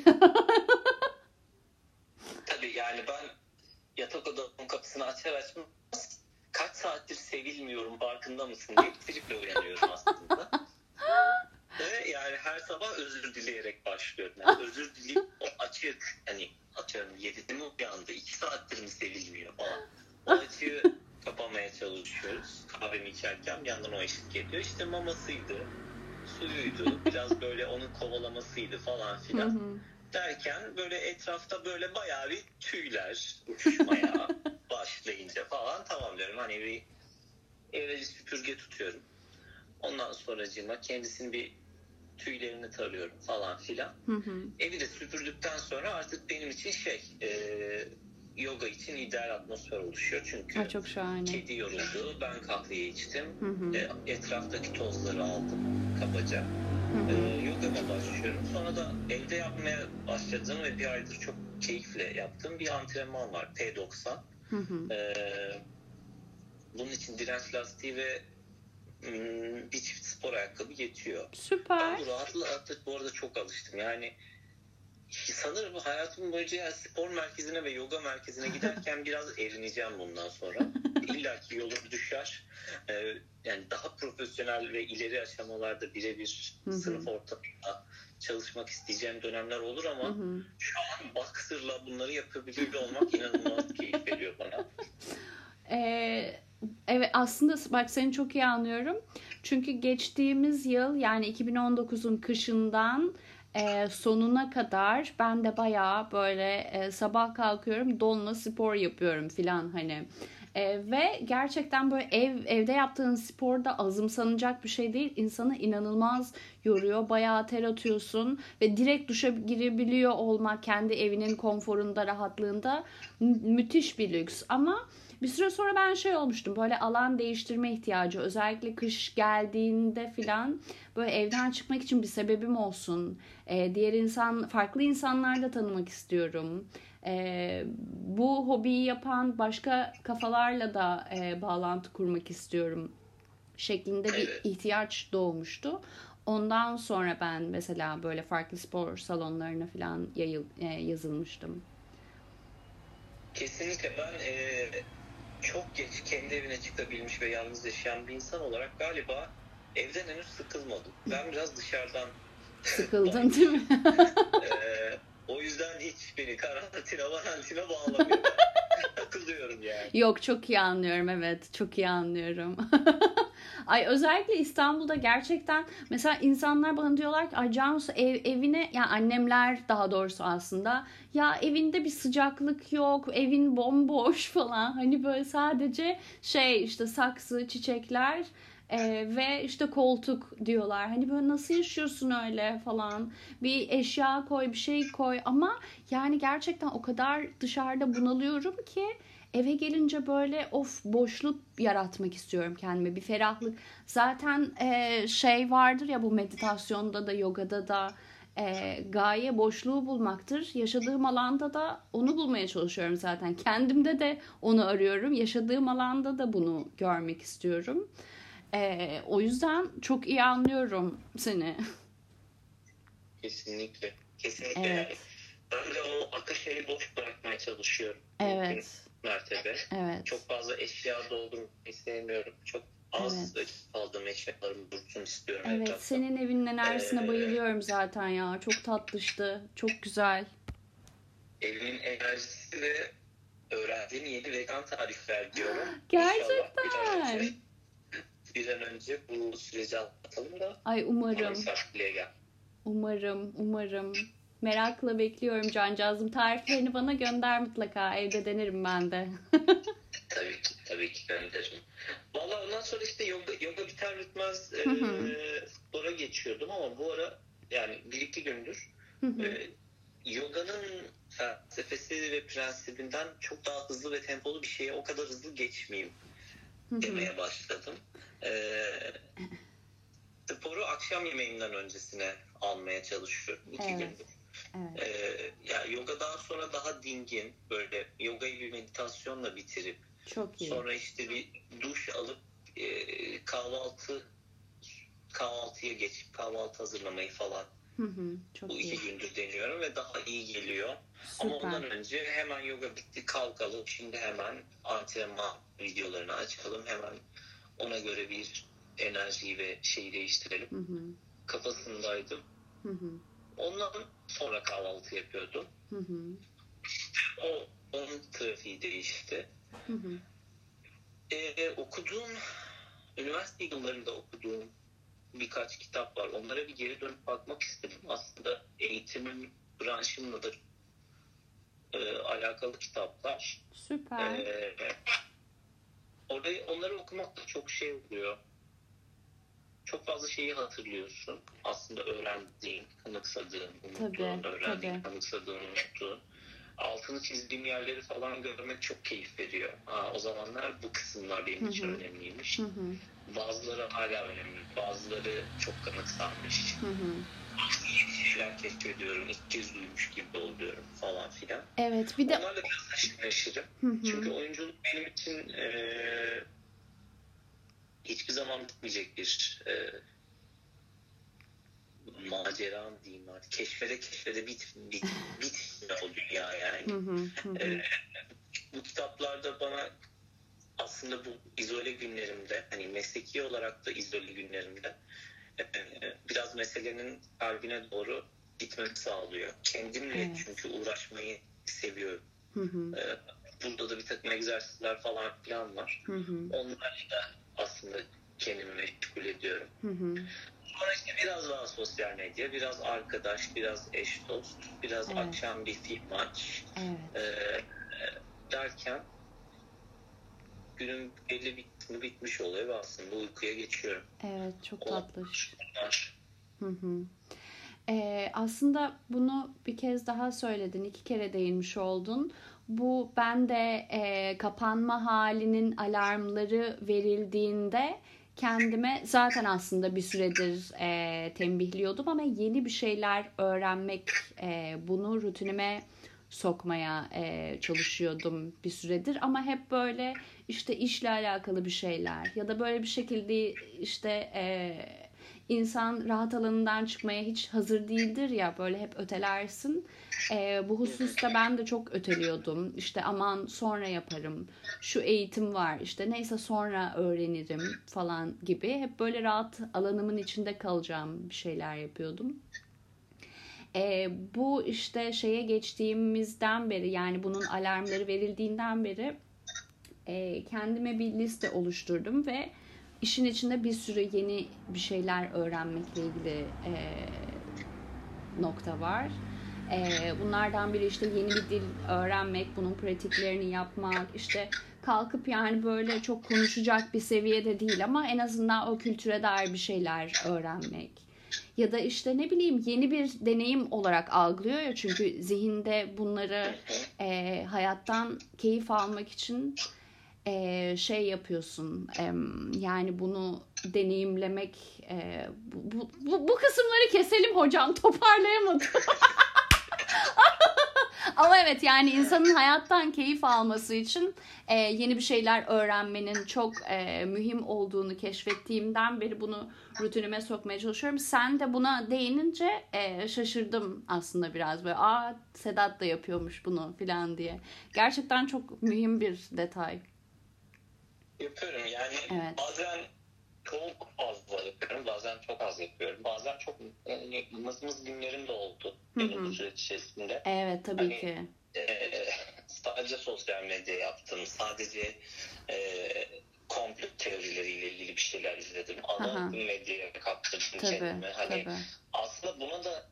Tabii yani ben yatak odamın kapısını açar açmaz kaç saattir sevilmiyorum farkında mısın diye triple uyanıyorum aslında. Ve yani her sabah özür dileyerek başlıyorum. Yani özür dileyip o açık, hani atıyorum 7'de mi uyandı, 2 saattir mi sevilmiyor falan. O açığı kapamaya çalışıyoruz. Kahvemi içerken bir yandan o eşlik ediyor. İşte mamasıydı, suyuydu, biraz böyle onun kovalamasıydı falan filan. Derken böyle etrafta böyle bayağı bir tüyler uçuşmaya başlayınca falan tamam diyorum. Hani bir evde bir süpürge tutuyorum. Ondan sonracığıma kendisini bir tüylerini tarıyorum falan filan. Evi de süpürdükten sonra artık benim için yoga için ideal atmosfer oluşuyor. Çünkü çok şahane. Kedi yoruldu, ben kahveyi içtim. Etraftaki tozları aldım kabaca. Yogama başlıyorum. Sonra da evde yapmaya başladığım ve bir aydır çok keyifle yaptığım bir antrenman var. P90. Bunun için direnç lastiği ve bir çift spor ayakkabı yetiyor. Süper. Ben bu rahatlığa artık bu arada çok alıştım. Yani sanırım hayatım boyunca yani spor merkezine ve yoga merkezine giderken biraz erineceğim bundan sonra. İlla ki yolum düşer. Yani daha profesyonel ve ileri aşamalarda birebir sınıf ortamında çalışmak isteyeceğim dönemler olur ama şu an boxer'la bunları yapabiliyor olmak inanılmaz keyif veriyor bana. Evet, aslında bak seni çok iyi anlıyorum. Çünkü geçtiğimiz yıl yani 2019'un kışından sonuna kadar ben de bayağı böyle sabah kalkıyorum, donla spor yapıyorum filan hani. Ve gerçekten böyle evde yaptığın spor da azımsanacak bir şey değil. İnsanı inanılmaz yoruyor. Bayağı ter atıyorsun ve direkt duşa girebiliyor olmak kendi evinin konforunda, rahatlığında müthiş bir lüks. Ama bir süre sonra ben olmuştum, böyle alan değiştirme ihtiyacı, özellikle kış geldiğinde filan böyle evden çıkmak için bir sebebim olsun. Farklı insanlar da tanımak istiyorum. Bu hobiyi yapan başka kafalarla da bağlantı kurmak istiyorum şeklinde bir ihtiyaç doğmuştu. Ondan sonra ben mesela böyle farklı spor salonlarına falan yazılmıştım. Kesinlikle ben çok geç kendi evine çıkabilmiş ve yalnız yaşayan bir insan olarak galiba evden henüz sıkılmadım. Ben biraz dışarıdan sıkıldın değil mi? O yüzden hiç beni karantina bağlamıyor. Takılıyorum yani. Yok, çok iyi anlıyorum, evet, çok iyi anlıyorum. Ay özellikle İstanbul'da gerçekten mesela insanlar bana diyorlar ki ay Cansu evine, yani annemler daha doğrusu aslında, ya evinde bir sıcaklık yok, evin bomboş falan, hani böyle sadece şey işte saksı, çiçekler ve işte koltuk diyorlar. Hani böyle nasıl yaşıyorsun öyle falan, bir eşya koy, bir şey koy, ama yani gerçekten o kadar dışarıda bunalıyorum ki eve gelince böyle of, boşluk yaratmak istiyorum kendime, bir ferahlık. Zaten şey vardır ya, bu meditasyonda da yogada da gaye boşluğu bulmaktır. Yaşadığım alanda da onu bulmaya çalışıyorum zaten. Kendimde de onu arıyorum. Yaşadığım alanda da bunu görmek istiyorum. O yüzden çok iyi anlıyorum seni. Kesinlikle. Kesinlikle yani. Evet. Ben de o akışları boş bırakmaya çalışıyorum. Mümkün Evet. mertebe. Evet. Çok fazla eşya doldurmayı sevmiyorum. Çok az Evet. aldığım eşyalarım dursun istiyorum Evet, etrafta. senin evinin enerjisine bayılıyorum zaten ya. Çok tatlıştı. Çok güzel. Evimin enerjisi ve öğrendiğim yeni vegan tarifler diyorum. İnşallah Gerçekten. bir an önce bu süreci atlatalım da Ay umarım. misafirliğe gel. Umarım. Merakla bekliyorum Cancağızım. Tariflerini bana gönder mutlaka. Evde denerim ben de. Tabii ki gönderirim. Valla ondan sonra işte yoga biter bitmez spora geçiyordum ama bu ara yani bir iki gündür yoganın felsefesi ve prensibinden çok daha hızlı ve tempolu bir şeye o kadar hızlı geçmeyeyim demeye başladım. Sporu akşam yemeğimden öncesine almaya çalışıyorum. İki gündür. Evet. Ya yoga daha sonra daha dingin, böyle yogayı bir meditasyonla bitirip Çok iyi. sonra işte bir duş alıp kahvaltıya geçip kahvaltı hazırlamayı falan Çok bu iyi. 2 gündür deniyorum ve daha iyi geliyor. Süper. Ama ondan önce hemen yoga bitti, kalkalım. Şimdi hemen antrenman videolarını açalım. Hemen ona göre bir enerjiyi ve şeyi değiştirelim. Kafasındaydım. Ondan sonra kahvaltı yapıyordum. Onun trafiği değişti. Okuduğum, üniversite yıllarında okuduğum birkaç kitap var. Onlara bir geri dönüp bakmak istedim. Aslında eğitimim, branşımla da alakalı kitaplar. Süper. Onları okumak da çok şey oluyor. Çok fazla şeyi hatırlıyorsun. Aslında öğrendiğin, kanıksadığın, unuttuğun, öğrendiğin, kanıksadığın, unuttuğun. Altını çizdiğim yerleri falan görmek çok keyif veriyor. O zamanlar bu kısımlar benim için önemliymiş. Bazıları hala önemli, bazıları çok kanıksanmış. Yeni şeyler keşfediyorum, ilk kez duymuş gibi oluyorum falan filan. Evet, bir de onlarla biraz haşır neşirim. Çünkü oyunculuk benim için hiçbir zaman bitmeyecek bir macera mı diyeyim artık. Keşfede bitmiyor o dünya yani. Bu kitaplarda bana aslında bu izole günlerimde, hani mesleki olarak da izole günlerimde biraz meselenin kalbine doğru gitmemi sağlıyor. Kendimle çünkü uğraşmayı seviyorum. Burada da bir takım egzersizler falan filan var. Onlarla aslında kendimi meşgul ediyorum. Sonra işte biraz daha sosyal medya, biraz arkadaş, biraz eş dost, biraz akşam bir film maç derken günün belli bitmiş oluyor ve aslında uykuya geçiyorum. Evet, çok tatlış. Aslında bunu bir kez daha söyledin, 2 kere değinmiş oldun. Bu ben de kapanma halinin alarmları verildiğinde kendime zaten aslında bir süredir tembihliyordum ama yeni bir şeyler öğrenmek, bunu rutinime sokmaya çalışıyordum bir süredir ama hep böyle işte işle alakalı bir şeyler ya da böyle bir şekilde işte insan rahat alanından çıkmaya hiç hazır değildir ya, böyle hep ötelersin. Bu hususta ben de çok öteliyordum. İşte aman sonra yaparım. Şu eğitim var. İşte neyse sonra öğrenirim falan gibi. Hep böyle rahat alanımın içinde kalacağım bir şeyler yapıyordum. Bu işte şeye geçtiğimizden beri, yani bunun alarmları verildiğinden beri kendime bir liste oluşturdum ve işin içinde bir sürü yeni bir şeyler öğrenmekle ilgili nokta var. Bunlardan biri işte yeni bir dil öğrenmek, bunun pratiklerini yapmak, işte kalkıp yani böyle çok konuşacak bir seviyede değil ama en azından o kültüre dair bir şeyler öğrenmek. Ya da işte ne bileyim yeni bir deneyim olarak algılıyor ya, çünkü zihinde bunları hayattan keyif almak için şey yapıyorsun. Yani bunu deneyimlemek, bu kısımları keselim hocam, toparlayamadım. Ama evet, yani insanın hayattan keyif alması için yeni bir şeyler öğrenmenin çok mühim olduğunu keşfettiğimden beri bunu rutinime sokmaya çalışıyorum. Sen de buna değinince şaşırdım aslında biraz, böyle Sedat da yapıyormuş bunu falan diye. Gerçekten çok mühim bir detay. Yapıyorum yani, Evet. bazen çok fazla yapıyorum, bazen çok az yapıyorum. Bazen çok mızmız günlerim de oldu benim bu süreç içerisinde. Evet, tabii ki. Sadece sosyal medya yaptım, sadece komplo teorileriyle ilgili bir şeyler izledim. Ana medyaya kaptırdım kendimi. Hani tabii. Aslında buna da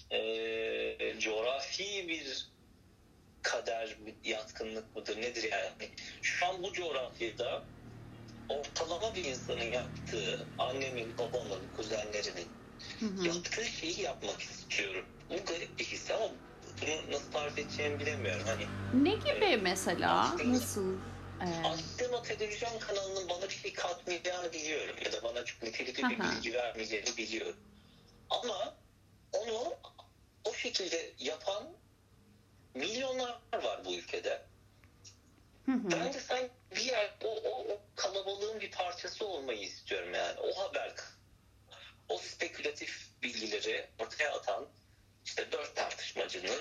coğrafi bir kader, yatkınlık mıdır nedir yani? Şu an bu coğrafyada ortalama bir insanın yaptığı, annemin, babamın, kuzenlerimin yaptığı şeyi yapmak istiyorum. Bu garip bir his ama bunu nasıl tarif edeceğimi bilemiyorum. Hani ne gibi mesela? Nasıl? Açtığım televizyon kanalının bana bir şey katmayacağını biliyorum ya da bana çok nitelikli bir bilgi vermeyeceğini biliyorum. Ama onu o şekilde yapan milyonlar var bu ülkede. Ben de sanki bir yer o kalabalığın bir parçası olmayı istiyorum yani. O haber, o spekülatif bilgileri ortaya atan işte 4 tartışmacının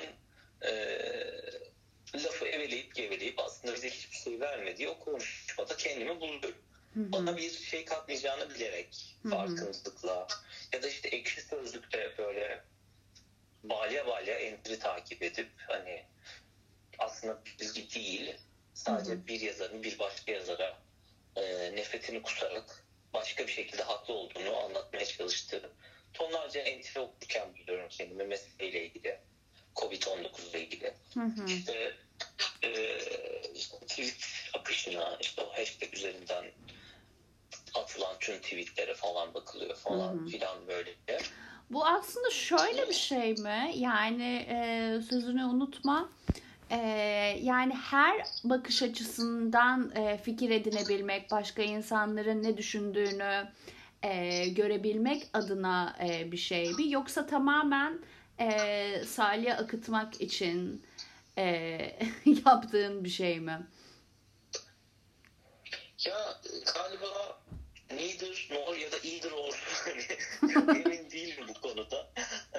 lafı eveleyip geveleyip aslında bize hiçbir şey vermediği o konuşmada kendimi buluyorum. Bana bir şey katmayacağını bilerek, farkındalıkla ya da işte Ekşi Sözlük'te böyle balya balya entry takip edip hani aslında bilgi değil, sadece bir yazarın bir başka yazara nefretini kusarak başka bir şekilde haklı olduğunu anlatmaya çalıştığı tonlarca entry okurken buluyorum kendimi meseleyle ilgili, Covid-19 ile ilgili. İşte tweet akışına, işte o hashtag üzerinden atılan tüm tweetlere falan bakılıyor falan filan böyle. Bu aslında şöyle bir şey mi? Yani sözünü unutma. Yani her bakış açısından fikir edinebilmek, başka insanların ne düşündüğünü görebilmek adına bir şey mi? Yoksa tamamen salya akıtmak için yaptığın bir şey mi? Ya galiba neither nor ya da either or. Emin değilim bu konuda.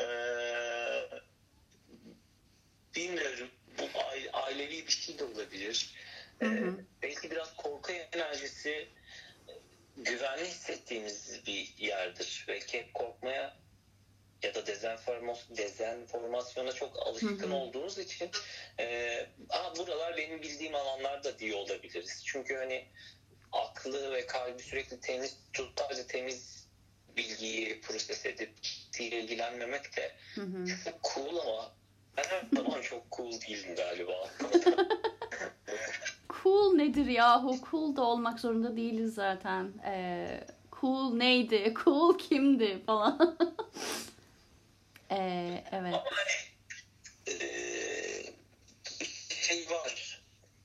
Bilmiyorum. Bu ailevi bir şey de olabilir. Belki biraz korku enerjisi güvenli hissettiğimiz bir yerdir. Belki hep korkmaya ya da dezenformasyona çok alışkın olduğumuz için buralar benim bildiğim alanlar da diye olabiliriz. Çünkü hani aklı ve kalbi sürekli temiz tutup sadece temiz bilgiyi proses edip ilgilenmemek de çok cool ama ben her zaman çok cool değilim galiba. Cool nedir yahu? Cool da olmak zorunda değiliz zaten. Cool neydi? Cool kimdi falan. Evet. Ama şey var.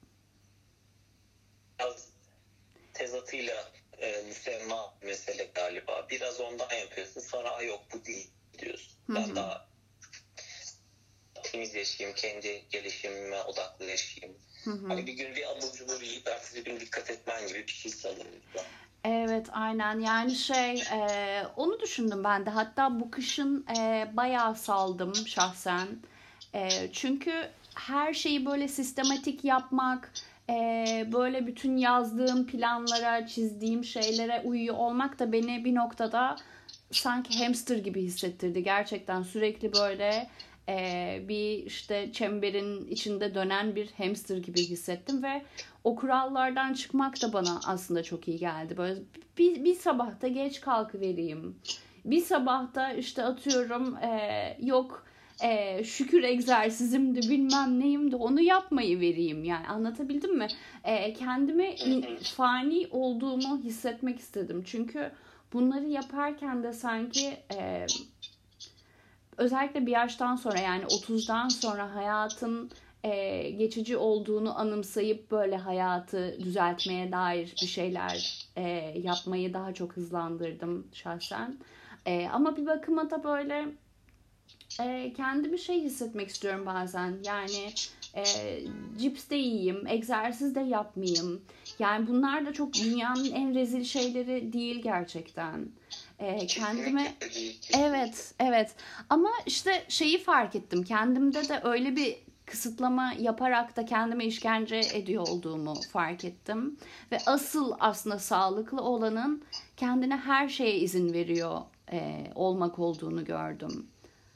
Biraz tezatıyla müsemma mesele galiba. Biraz ondan yapıyorsun. Sonra yok bu değil diyorsun. Ben daha temiz yaşayayım. Kendi gelişimime odaklı yaşayayım. Hani bir gün bir abur cubur yiyip ertesi gün dikkat etmen gibi bir şey sanırım. Evet, aynen. Yani onu düşündüm ben de. Hatta bu kışın bayağı saldım şahsen. Çünkü her şeyi böyle sistematik yapmak, böyle bütün yazdığım planlara, çizdiğim şeylere uyuyor olmak da beni bir noktada sanki hamster gibi hissettirdi. Gerçekten sürekli böyle bir işte çemberin içinde dönen bir hamster gibi hissettim ve o kurallardan çıkmak da bana aslında çok iyi geldi. Böyle bir sabahta geç kalkıvereyim. Bir sabahta işte atıyorum yok şükür egzersizimdi bilmem neyimdi onu yapmayı vereyim yani anlatabildim mi? Kendime fani olduğumu hissetmek istedim. Çünkü bunları yaparken de sanki özellikle bir yaştan sonra yani 30'dan sonra hayatın geçici olduğunu anımsayıp böyle hayatı düzeltmeye dair bir şeyler yapmayı daha çok hızlandırdım şahsen. Ama bir bakıma da böyle kendimi hissetmek istiyorum bazen. Yani cips de yiyeyim, egzersiz de yapmayayım. Yani bunlar da çok dünyanın en rezil şeyleri değil gerçekten. Kendime evet ama işte şeyi fark ettim. Kendimde de öyle bir kısıtlama yaparak da kendime işkence ediyor olduğumu fark ettim. Ve asıl aslında sağlıklı olanın kendine her şeye izin veriyor olmak olduğunu gördüm.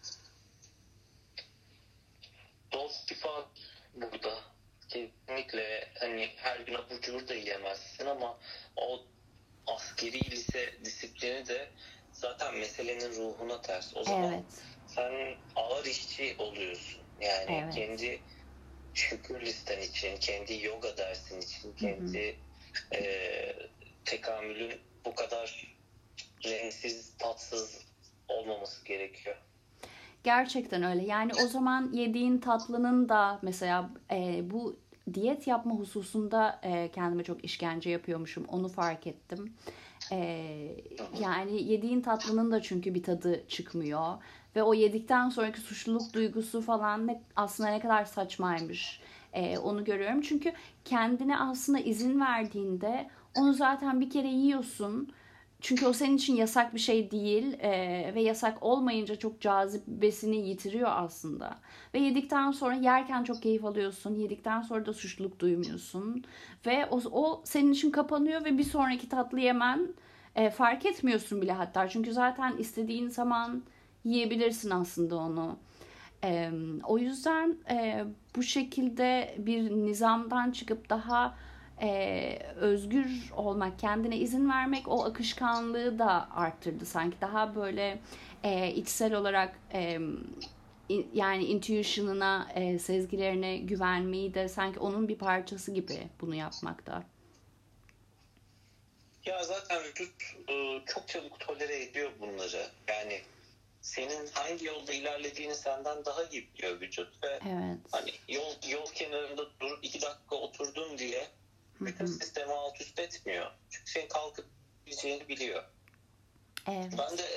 Dost ifade burada. Kesinlikle hani her gün abur cubur da yiyemezsin ama o askeri lise disiplini de zaten meselenin ruhuna ters. O zaman sen ağır işçi oluyorsun. Yani kendi şükür listen için, kendi yoga dersin için, kendi tekamülün bu kadar renksiz, tatsız olmaması gerekiyor. Gerçekten öyle. Yani o zaman yediğin tatlının da mesela bu diyet yapma hususunda kendime çok işkence yapıyormuşum. Onu fark ettim. Yani yediğin tatlının da çünkü bir tadı çıkmıyor. Ve o yedikten sonraki suçluluk duygusu falan aslında ne kadar saçmaymış. Onu görüyorum. Çünkü kendine aslında izin verdiğinde onu zaten bir kere yiyorsun. Çünkü o senin için yasak bir şey değil ve yasak olmayınca çok cazibesini yitiriyor aslında. Ve yedikten sonra yerken çok keyif alıyorsun. Yedikten sonra da suçluluk duymuyorsun. Ve o senin için kapanıyor ve bir sonraki tatlı yemen fark etmiyorsun bile hatta. Çünkü zaten istediğin zaman yiyebilirsin aslında onu. O yüzden bu şekilde bir nizamdan çıkıp daha özgür olmak, kendine izin vermek o akışkanlığı da arttırdı sanki. Daha böyle içsel olarak yani intuition'ına, sezgilerine güvenmeyi de sanki onun bir parçası gibi bunu yapmakta. Ya zaten vücut çok çabuk tolere ediyor bunları. Yani senin hangi yolda ilerlediğini senden daha iyi biliyor vücut ve hani yol kenarında durup 2 dakika oturdun diye bütün sistemi alt üst etmiyor. Çünkü senin kalkıp gideceğini biliyor. Evet. Ben de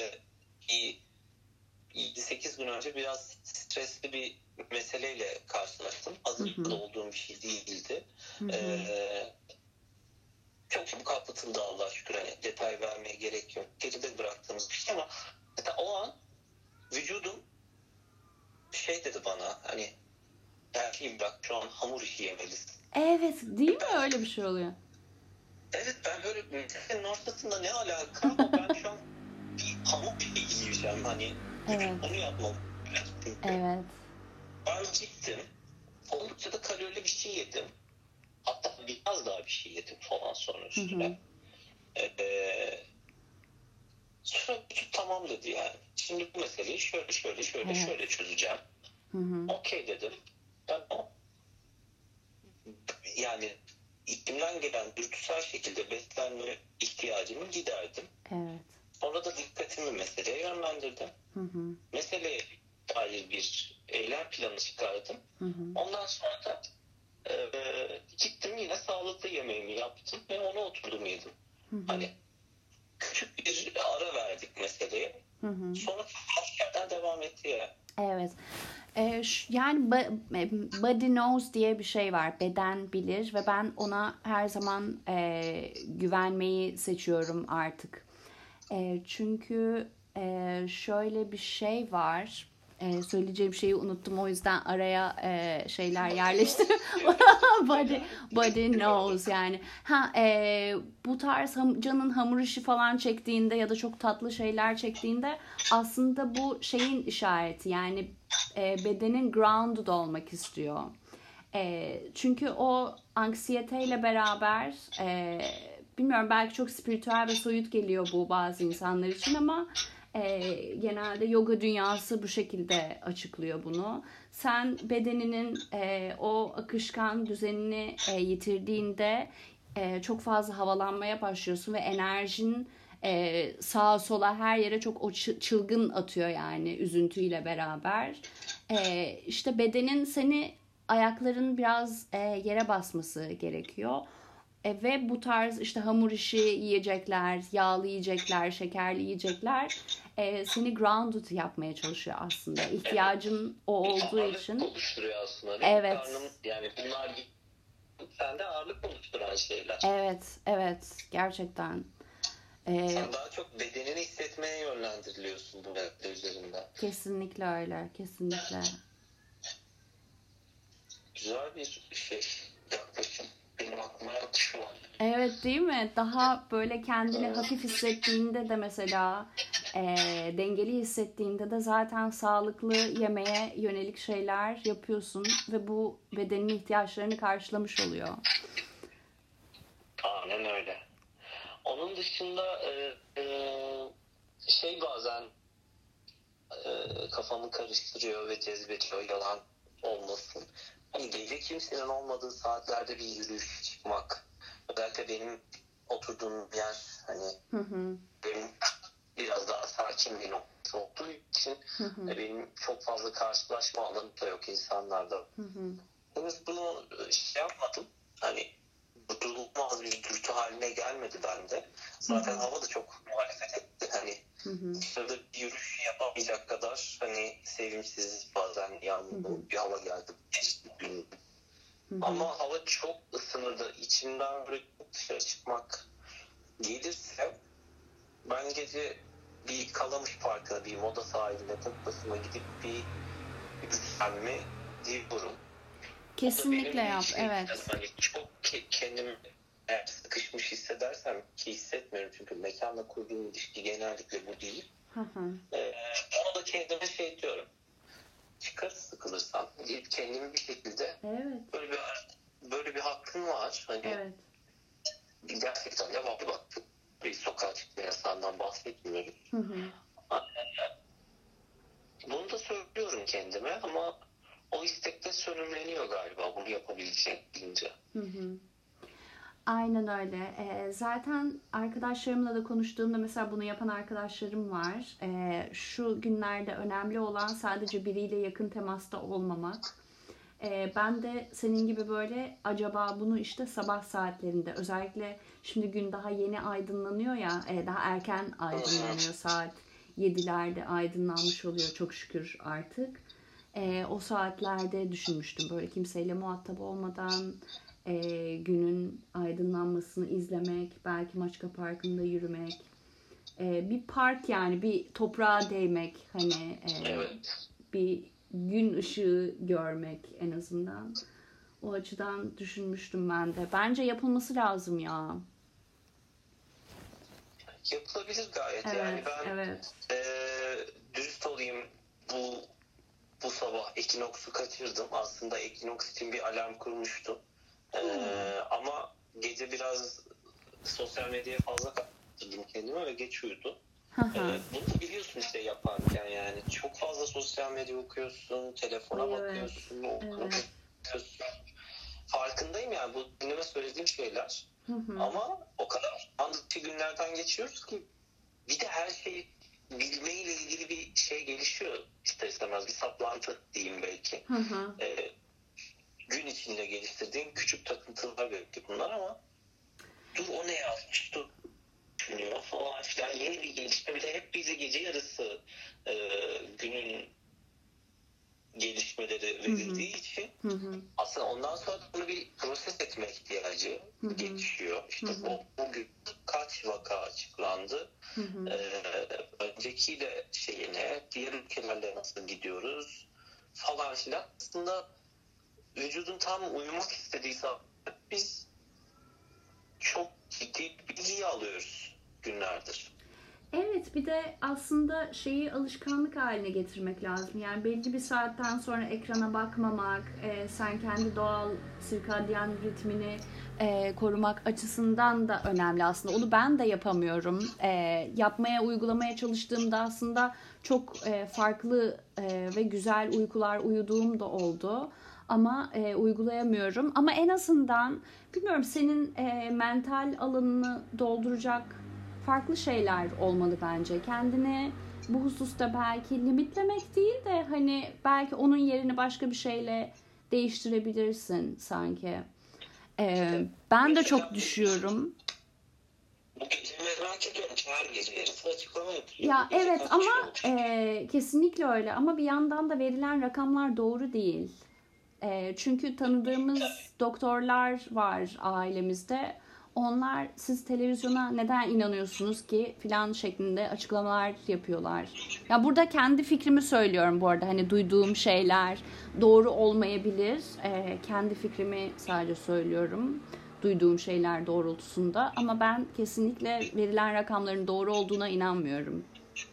7-8 gün önce biraz stresli bir meseleyle karşılaştım. Hazırlıklı olduğum bir şey değildi. Çok çabuk atlatıldı Allah'a şükür. Hani detay vermeye gerek yok. Geride bıraktığımız bir şey ama o an vücudum dedi bana hani her şeyi bırak şu an hamur işi yemelisin. Evet değil mi öyle bir şey oluyor? Evet ben böyle meselenin ortasında ne alaka ama ben şu an bir hamur işi yiyeceğim hani onu yapmam. Evet. Ben gittim oldukça da kalorili bir şey yedim. Hatta biraz daha bir şey yedim falan sonra üstüne. Sonra tamam dedi yani. Şimdi bu meseleyi şöyle çözeceğim. Okey dedim. Tamam. Yani içimden gelen dürtüsel şekilde beslenme ihtiyacımı giderdim. Evet. Sonra da dikkatimi meseleye yönlendirdim. Meseleye dair bir eylem planı çıkardım. Ondan sonra da gittim yine sağlıklı yemeğimi yaptım ve ona oturdum yedim. Hani küçük bir ara verdik meseleye. Sonra yerden devam etti ya. Evet. Yani body knows diye bir şey var. Beden bilir ve ben ona her zaman güvenmeyi seçiyorum artık. Çünkü şöyle bir şey var. Söyleyeceğim şeyi unuttum, o yüzden araya şeyler yerleştir. Body knows yani. Bu tarz canın hamur işi falan çektiğinde ya da çok tatlı şeyler çektiğinde aslında bu şeyin işareti, yani bedenin grounded olmak istiyor. Çünkü o anksiyeteyle beraber bilmiyorum, belki çok spiritüel ve soyut geliyor bu bazı insanlar için ama genelde yoga dünyası bu şekilde açıklıyor bunu. Sen bedeninin o akışkan düzenini yitirdiğinde çok fazla havalanmaya başlıyorsun ve enerjin sağa sola her yere çok o çılgın atıyor, yani üzüntüyle beraber. İşte bedenin seni, ayakların biraz yere basması gerekiyor. Ve bu tarz işte hamur işi yiyecekler, yağlı yiyecekler, şekerli yiyecekler seni grounded yapmaya çalışıyor aslında. İhtiyacın o olduğu için. Ağırlık oluşturuyor aslında. Evet. Karnım, yani bunlar sende ağırlık oluşturan şeyler. Evet. Gerçekten. Sen daha çok bedenini hissetmeye yönlendiriliyorsun bu madde üzerinden. Kesinlikle öyle. Kesinlikle. Güzel bir yaklaşım. Benim aklıma yattı şu an. Evet, değil mi? Daha böyle kendini hafif hissettiğinde de mesela dengeli hissettiğinde de zaten sağlıklı yemeye yönelik şeyler yapıyorsun ve bu bedenin ihtiyaçlarını karşılamış oluyor. Aynen öyle. Onun dışında bazen kafamı karıştırıyor ve cezbediyor, yalan olmasın. Hani gece kimsenin olmadığı saatlerde bir yürüyüş çıkmak. Özellikle benim oturduğum yer hani benim biraz daha sakin bir nokta olduğu için benim çok fazla karşılaşma alanım da yok insanlarda. Henüz bunu yapmadım. Hani durulmaz bir dürtü haline gelmedi bende. Zaten hava da çok muhalefet etti. Hani dışarıda bir yürüyüş yapamayacak kadar hani sevimsiz, bazen yağmurlu bir hava geldi. Geçti gün. Ama hava çok ısınırdı. İçimden böyle dışarı çıkmak gelirse ben gece bir Kalamış Parkı'na, bir moda sahiline tek başıma gidip bir yürüyüşlenme diyorum. Kesinlikle yap, evet. Hani çok kendimi eğer sıkışmış hissedersem, ki hissetmiyorum çünkü mekanla kurduğum ilişki genellikle bu değil. Ona da kendime diyorum. Çıkarız sıkılırsan. Kendimi bir şekilde böyle bir hakkın var. Hani gerçekten de var. Bak, bir sokağa çıkma yasağından bahsetmiyorum. Bunu da söylüyorum kendime ama o istekte sönümleniyor galiba bunu yapabileceğim deyince. Aynen öyle. Zaten arkadaşlarımla da konuştuğumda mesela bunu yapan arkadaşlarım var. Şu günlerde önemli olan sadece biriyle yakın temasta olmamak. Ben de senin gibi böyle acaba bunu işte sabah saatlerinde, özellikle şimdi gün daha yeni aydınlanıyor ya, daha erken aydınlanıyor, saat 7'lerde aydınlanmış oluyor çok şükür artık. O saatlerde düşünmüştüm böyle kimseyle muhatap olmadan günün aydınlanmasını izlemek, belki Maçka Parkı'nda yürümek, bir park, yani bir toprağa değmek, hani bir gün ışığı görmek en azından. O açıdan düşünmüştüm ben de. Bence yapılması lazım ya. Yapılabilir gayet. Yani ben dürüst olayım, bu sabah ekinoksi kaçırdım. Aslında ekinoks için bir alarm kurmuştum. Ama gece biraz sosyal medyaya fazla kaptırdım kendime ve geç uyudum. Bunu biliyorsun işte yaparken, yani çok fazla sosyal medya okuyorsun, telefona bakıyorsun, okuyorsun. Farkındayım yani, bu dinleme söylediğim şeyler. Ama o kadar anlık günlerden geçiyoruz ki bir de her şeyi bilmeyle ilgili bir şey gelişiyor. İster istemez bir saplantı diyeyim belki. Gün içinde geliştirdiğin küçük takıntılar belki bunlar ama dur o ne yazmış, dur düşünüyor falan filan, yeni bir gelişme. Bir de hep bize gece yarısı günün gelişmeleri verildiği için aslında ondan sonra bunu bir proses etme ihtiyacı geçiyor. İşte bugün kaç vaka açıklandı, Öncekiyle şeyine, diğer ülkelerle nasıl gidiyoruz falan filan. Aslında vücudun tam uyumak istediği saatte biz çok ciddi bilgi alıyoruz günlerdir. Evet, bir de aslında şeyi alışkanlık haline getirmek lazım. Yani belli bir saatten sonra ekrana bakmamak, sen kendi doğal sirkadyen ritmini korumak açısından da önemli aslında. Onu ben de yapamıyorum. Uygulamaya çalıştığımda aslında çok farklı ve güzel uykular uyuduğum da oldu. Ama uygulayamıyorum. Ama en azından bilmiyorum, senin mental alanını dolduracak farklı şeyler olmalı bence. Kendini bu hususta belki limitlemek değil de hani belki onun yerini başka bir şeyle değiştirebilirsin sanki. Ben de çok düşüyorum. Bu gece merak ediyorum. Her gece yarısı açıklama yapıyor. Ya evet ama kesinlikle öyle. Ama bir yandan da verilen rakamlar doğru değil. Çünkü tanıdığımız doktorlar var ailemizde. Onlar siz televizyona neden inanıyorsunuz ki filan şeklinde açıklamalar yapıyorlar. Ya burada kendi fikrimi söylüyorum bu arada. Hani duyduğum şeyler doğru olmayabilir. Kendi fikrimi sadece söylüyorum. Duyduğum şeyler doğrultusunda. Ama ben kesinlikle verilen rakamların doğru olduğuna inanmıyorum.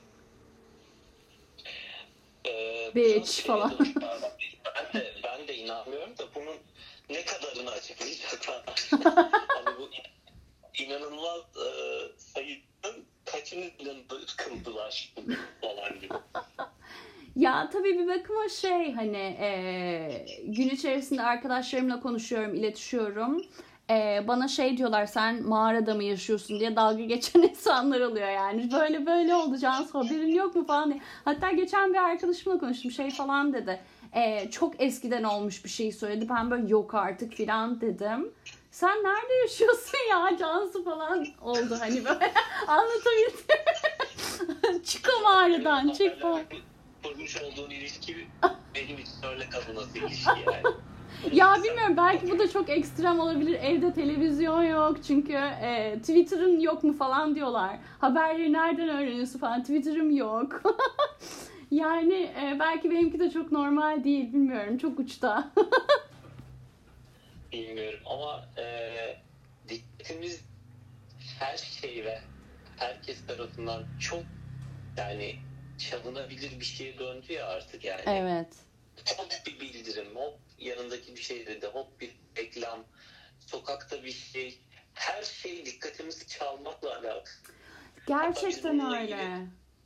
Bitch falan. Ben de inanmıyorum da bunun ne kadarını açıklayacaklar. Hani bu inanılmaz sayının kaçını kıldılar falan gibi. Ya tabii bir bakıma hani gün içerisinde arkadaşlarımla konuşuyorum, iletişiyorum. Bana şey diyorlar, sen mağarada mı yaşıyorsun diye dalga geçen insanlar oluyor yani. Böyle oldu Cansu, haberin yok mu falan diye. Hatta geçen bir arkadaşımla konuştum, şey falan dedi. Çok eskiden olmuş bir şey söyledi. Ben böyle yok artık falan dedim. Sen nerede yaşıyorsun ya Cansu falan oldu hani böyle. Anlatabildim. Çık o mağaradan, çık falan. Kurmuş olduğun ilişki benim için öyle kadınası ilişki yani. Ya bilmiyorum, belki bu da çok ekstrem olabilir. Evde televizyon yok çünkü Twitter'ın yok mu falan diyorlar. Haberleri nereden öğreniyorsun falan, Twitter'ım yok. Yani belki benimki de çok normal değil, bilmiyorum, çok uçta. Bilmiyorum ama dikkatimiz her şey ve herkes tarafından çok yani çalınabilir bir şeye döndü ya artık yani. Evet. Hop bir bildirim, hop yanındaki bir şey dedi, hop bir reklam, sokakta bir şey, her şey dikkatimizi çalmakla alakalı. Gerçekten öyle.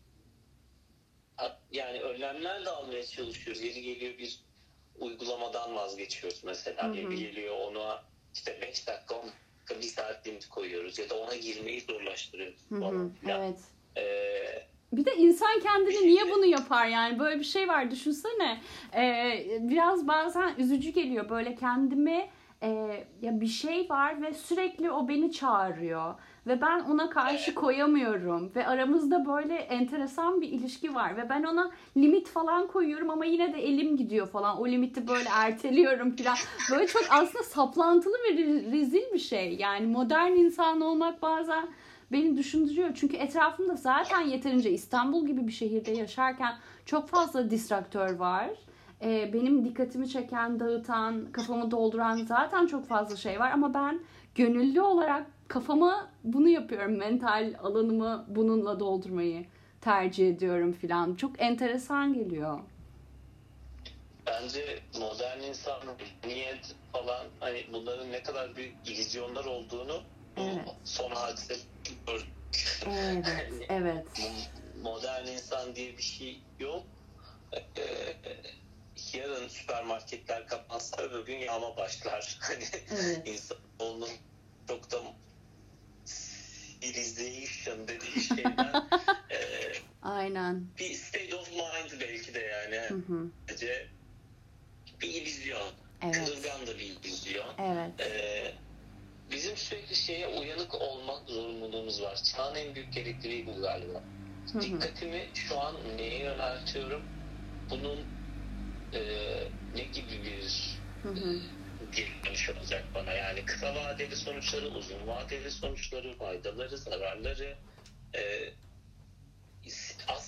Yani önlemler de almaya çalışıyoruz. Yeri geliyor bir uygulamadan vazgeçiyoruz mesela. Yeri geliyor ona işte 5 dakika, 10 dakika, 1 saat limit koyuyoruz ya da ona girmeyi zorlaştırıyoruz falan. Evet. Bir de insan kendini niye bunu yapar yani, böyle bir şey var, düşünsene. Biraz bazen üzücü geliyor böyle kendimi, ya bir şey var ve sürekli o beni çağırıyor ve ben ona karşı koyamıyorum ve aramızda böyle enteresan bir ilişki var ve ben ona limit falan koyuyorum ama yine de elim gidiyor falan, o limiti böyle erteliyorum falan, böyle çok aslında saplantılı ve rezil bir şey yani. Modern insan olmak bazen beni düşündürüyor. Çünkü etrafımda zaten yeterince İstanbul gibi bir şehirde yaşarken çok fazla distraktör var. Benim dikkatimi çeken, dağıtan, kafamı dolduran zaten çok fazla şey var. Ama ben gönüllü olarak kafama bunu yapıyorum. Mental alanımı bununla doldurmayı tercih ediyorum filan. Çok enteresan geliyor. Bence modern insan, niyet falan, hani bunların ne kadar büyük illüzyonlar olduğunu son hadise gördük. Evet. Modern insan diye bir şey yok. Yarın süpermarketler kapansa öbür gün yağma başlar. Hani insanoğlunun çok da civilization dediği şeyden aynen. bir state of mind belki de yani. Bence bir illüzyon. Kırılgan da bir illüzyon. Bizim sürekli şeye uyanık olmak zorunluluğumuz var. Çağın en büyük gerekliliği bu galiba. Dikkatimi şu an neye yöneltiyorum? Bunun ne gibi bir geri dönüş olacak bana? Yani kısa vadeli sonuçları, uzun vadeli sonuçları, faydaları, zararları.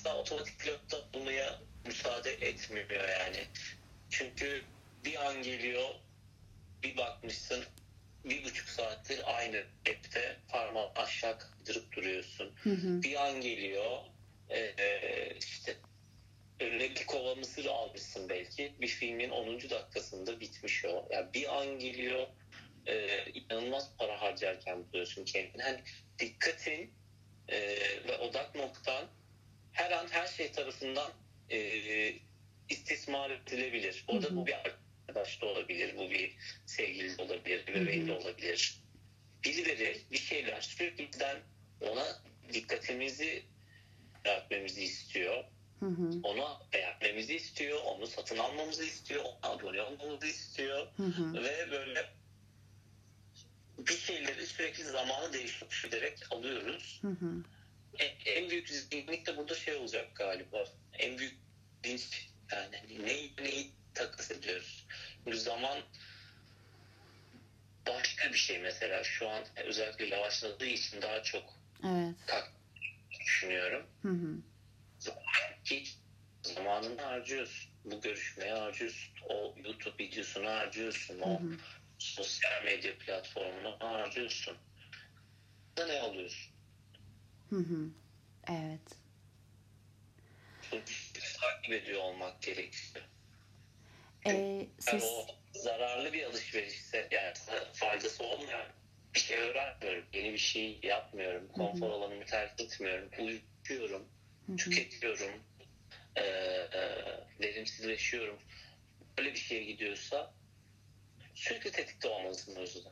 asla otomatik pilotta olmaya müsaade etmiyor yani. Çünkü bir an geliyor, bir bakmışsın 1,5 saattir aynı app'te parmağı aşağı kaydırıp duruyorsun. Bir an geliyor işte önüne bir kova mısır almışsın belki. Bir filmin 10. dakikasında bitmiş o. Yani bir an geliyor inanılmaz para harcarken buluyorsun kendini. Hani dikkatin ve odak noktan her an her şey tarafından istismar edilebilir. Orada bu bir arkadaş da olabilir, bu bir sevgili de olabilir, bir bebeğin de olabilir. Birileri bir şeyler sürekli bizden ona dikkatimizi vermemizi istiyor. Onu beğenmemizi istiyor, onu satın almamızı istiyor, ona abone olmamızı istiyor ve böyle bir şeyleri sürekli zamanı değiştirerek alıyoruz. En büyük zenginlik de burada şey olacak galiba. En büyük bilinç yani neyi takas ediyoruz. Bu zaman başka bir şey mesela şu an özellikle yavaşladığı için daha çok düşünüyorum. Hiç zamanını harcıyorsun. Bu görüşmeye harcıyorsun. O YouTube videosunu harcıyorsun. O sosyal medya platformunu harcıyorsun. Ne alıyorsun? Evet. Takip ediyor olmak gerekiyor. Siz... o zararlı bir alışverişse yani faydası olmayan bir şey öğrenmiyorum. Yeni bir şey yapmıyorum. Konfor alanımı terk etmiyorum. Uyuyorum. Tüketiyorum. Verimsizleşiyorum. Böyle bir şeye gidiyorsa sürekli tetikte olmalısın o yüzden.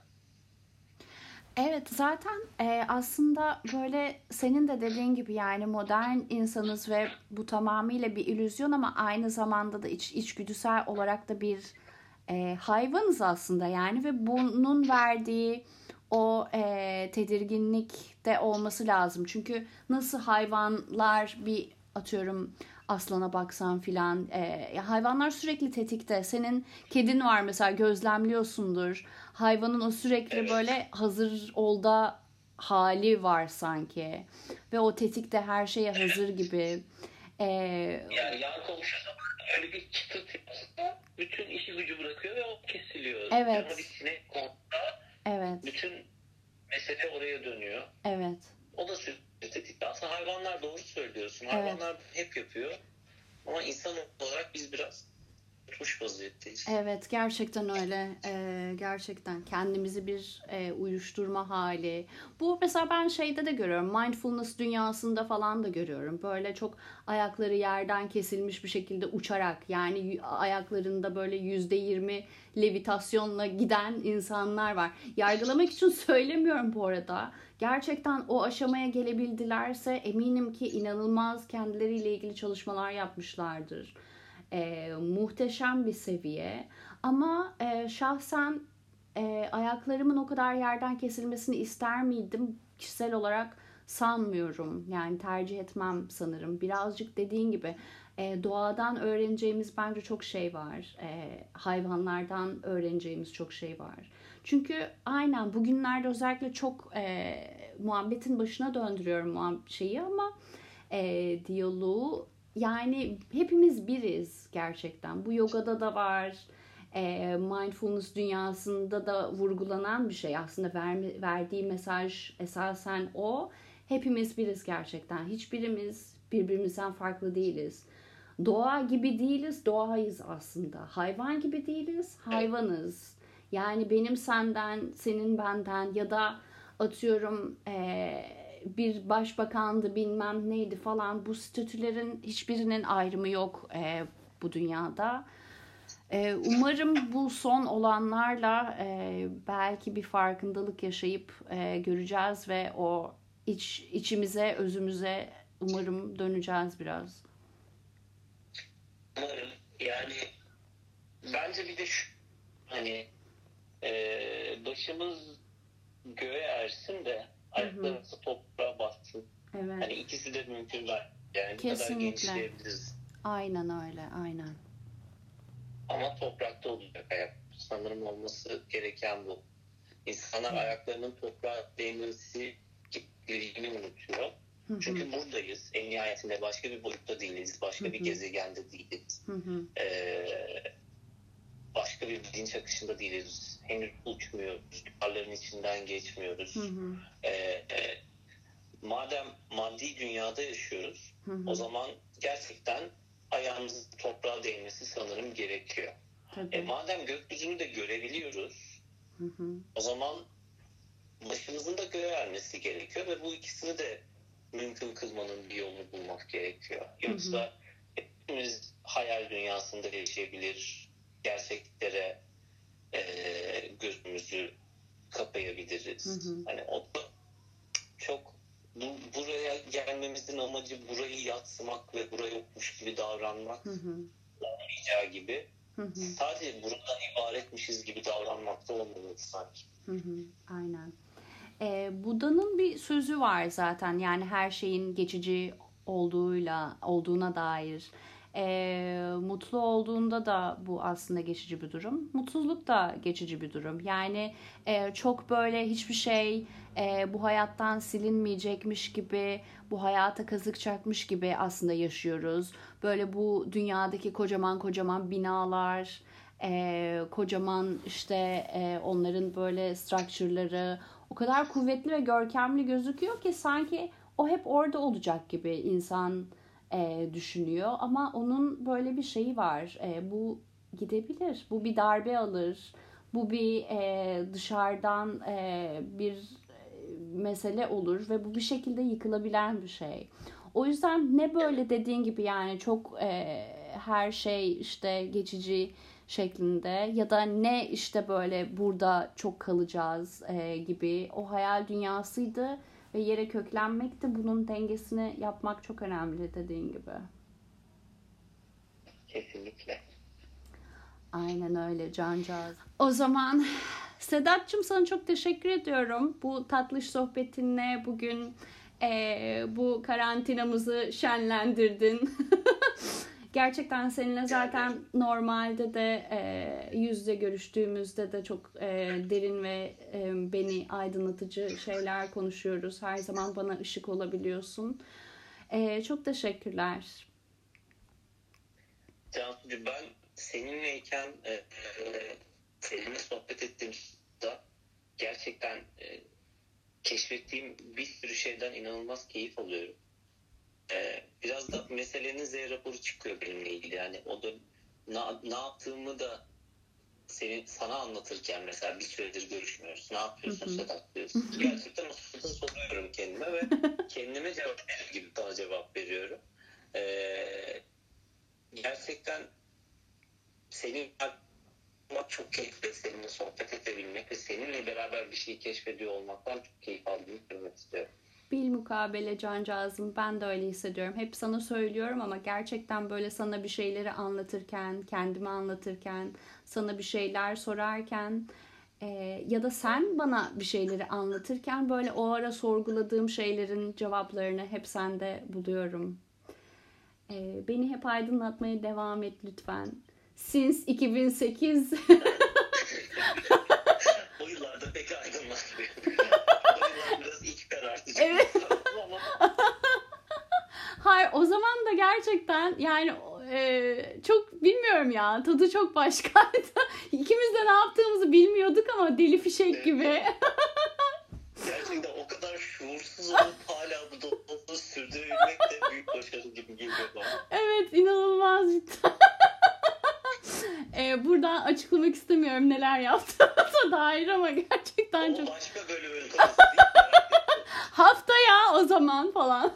Evet, zaten aslında böyle senin de dediğin gibi yani modern insanız ve bu tamamıyla bir illüzyon ama aynı zamanda da içgüdüsel olarak da bir hayvanız aslında yani ve bunun verdiği o tedirginlik de olması lazım. Çünkü nasıl hayvanlar bir atıyorum aslana baksan filan hayvanlar sürekli tetikte. Senin kedin var mesela gözlemliyorsundur. Hayvanın o sürekli böyle hazır olda hali var sanki. Ve o tetikte her şeye hazır gibi. Yani yan komşu öyle bir çıtırtı yapsa bütün işi gücü bırakıyor ve o kesiliyor. Evet. Ama bir sinek konsa bütün mesele oraya dönüyor. Evet. O da sürekli tetikte. Aslında hayvanlar doğru söylüyorsun. Hayvanlar hep yapıyor. Ama insan olarak biz biraz tutmuş vaziyetteyiz. Evet, gerçekten öyle. Gerçekten kendimizi bir uyuşturma hali. Bu mesela ben şeyde de görüyorum. Mindfulness dünyasında falan da görüyorum. Böyle çok ayakları yerden kesilmiş bir şekilde uçarak yani ayaklarında böyle %20 levitasyonla giden insanlar var. Yargılamak için söylemiyorum bu arada. Gerçekten o aşamaya gelebildilerse eminim ki inanılmaz kendileriyle ilgili çalışmalar yapmışlardır. Muhteşem bir seviye ama şahsen ayaklarımın o kadar yerden kesilmesini ister miydim? Kişisel olarak sanmıyorum. Yani tercih etmem sanırım. Birazcık dediğin gibi doğadan öğreneceğimiz bence çok şey var. Hayvanlardan öğreneceğimiz çok şey var. Çünkü aynen bugünlerde özellikle çok muhabbetin başına döndürüyorum şeyi ama diyaloğu yani hepimiz biriz gerçekten. Bu yogada da var. Mindfulness dünyasında da vurgulanan bir şey. Aslında verdiği mesaj esasen o. Hepimiz biriz gerçekten. Hiçbirimiz birbirimizden farklı değiliz. Doğa gibi değiliz, doğayız aslında. Hayvan gibi değiliz, hayvanız. Yani benim senden, senin benden ya da atıyorum bir başbakandı bilmem neydi falan bu statülerin hiçbirinin ayrımı yok bu dünyada. Umarım bu son olanlarla belki bir farkındalık yaşayıp göreceğiz ve o içimize, özümüze umarım döneceğiz biraz. Umarım. Yani bence bir de şu hani başımız göğe ersin de ayaklarımızı toprağa bassın. Evet. Hani ikisi de mümkün var. Yani kesinlikle. kadar genişleyebiliriz. Aynen öyle, aynen. Ama toprakta olacak ayak. Sanırım olması gereken bu. İnsanlar ayaklarının toprağa değmesi gerektiğini unutuyor. Çünkü buradayız. En nihayetinde başka bir boyutta değiliz. Başka bir gezegende değiliz. Başka bir bilinç akışında değiliz. Henüz uçmuyoruz. Duvarların içinden geçmiyoruz. Madem maddi dünyada yaşıyoruz, o zaman gerçekten ayağımızın toprağa değmesi sanırım gerekiyor. Madem gökyüzünü de görebiliyoruz, o zaman başımızın da görülmesi gerekiyor ve bu ikisini de mümkün kılmanın bir yolunu bulmak gerekiyor. Yoksa hepimiz hayal dünyasında yaşayabilir, gerçeklere gözümüzü kapayabiliriz. Hani o da çok buraya gelmemizin amacı burayı yadsımak ve buraya yokmuş gibi davranmak olmayacağı gibi sadece buradan ibaretmişiz gibi davranmakta olmalı sanki. Aynen. Buda'nın bir sözü var zaten, yani her şeyin geçici olduğuna dair. Mutlu olduğunda da bu aslında geçici bir durum. Mutsuzluk da geçici bir durum. Yani çok böyle hiçbir şey bu hayattan silinmeyecekmiş gibi, bu hayata kazık çakmış gibi aslında yaşıyoruz. Böyle bu dünyadaki kocaman binalar, kocaman işte onların böyle structure'ları o kadar kuvvetli ve görkemli gözüküyor ki sanki o hep orada olacak gibi insan düşünüyor. Ama onun böyle bir şeyi var. Bu gidebilir. Bu bir darbe alır. Bu bir dışarıdan bir mesele olur ve bu bir şekilde yıkılabilen bir şey. O yüzden ne böyle dediğin gibi yani çok her şey işte geçici şeklinde ya da ne işte böyle burada çok kalacağız gibi o hayal dünyasıydı ve yere köklenmek de bunun dengesini yapmak çok önemli dediğin gibi. Kesinlikle. Aynen öyle cancağız. O zaman Sedat'cığım sana çok teşekkür ediyorum. Bu tatlış sohbetinle bugün bu karantinamızı şenlendirdin. Gerçekten seninle zaten normalde de yüz yüze görüştüğümüzde de çok derin ve beni aydınlatıcı şeyler konuşuyoruz. Her zaman bana ışık olabiliyorsun. Çok teşekkürler. Cansu'cu, ben seninleyken seninle sohbet ettiğimde gerçekten keşfettiğim bir sürü şeyden inanılmaz keyif alıyorum. Biraz da meselenin Z raporu çıkıyor benimle ilgili. Yani o da ne yaptığımı da sana anlatırken mesela bir süredir görüşmüyoruz. Ne yapıyorsun Sedat diyorsun. Gerçekten o sırada soruyorum kendime ve kendime cevap verir gibi bana cevap veriyorum. Gerçekten senin olmak çok keyifli, seninle sohbet edebilmek ve seninle beraber bir şeyi keşfediyor olmaktan çok keyif aldığımı söylemek istiyorum. Bilmukabele cancağızım, ben de öyle hissediyorum. Hep sana söylüyorum ama gerçekten böyle sana bir şeyleri anlatırken, kendimi anlatırken, sana bir şeyler sorarken ya da sen bana bir şeyleri anlatırken böyle o ara sorguladığım şeylerin cevaplarını hep sende buluyorum. Beni hep aydınlatmaya devam et lütfen. Since 2008. O yıllarda pek aydınlatmıyor. O yıllar biraz ilk karartıcı. Evet. Hayır, o zaman da gerçekten yani çok bilmiyorum ya, tadı çok başkaydı. İkimiz de ne yaptığımızı bilmiyorduk ama deli fişek gibi. Gerçekten o kadar şuursuz olup hala bu dostluğu sürdürebilmek de büyük başarı gibi geliyor bana. Evet, inanılmaz cidden. Buradan açıklamak istemiyorum neler yaptığımıza dair ama gerçekten o çok... başka bölümün konusu değil. Haftaya o zaman falan.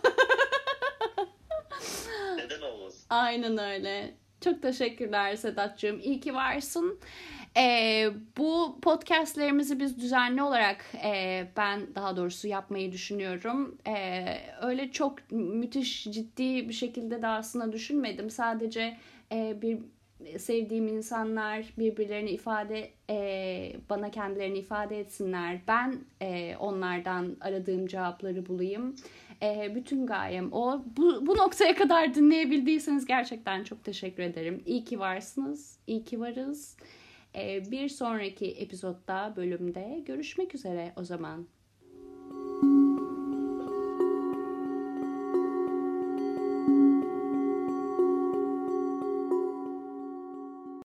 Neden olmasın? Aynen öyle. Çok teşekkürler Sedat'cığım. İyi ki varsın. Bu podcastlerimizi biz düzenli olarak ben daha doğrusu yapmayı düşünüyorum. Öyle çok müthiş ciddi bir şekilde de aslında düşünmedim. Sadece bir sevdiğim insanlar birbirlerini bana kendilerini ifade etsinler. Ben onlardan aradığım cevapları bulayım. Bütün gayem o. Bu noktaya kadar dinleyebildiyseniz gerçekten çok teşekkür ederim. İyi ki varsınız. İyi ki varız. Bir sonraki epizodda, bölümde görüşmek üzere o zaman.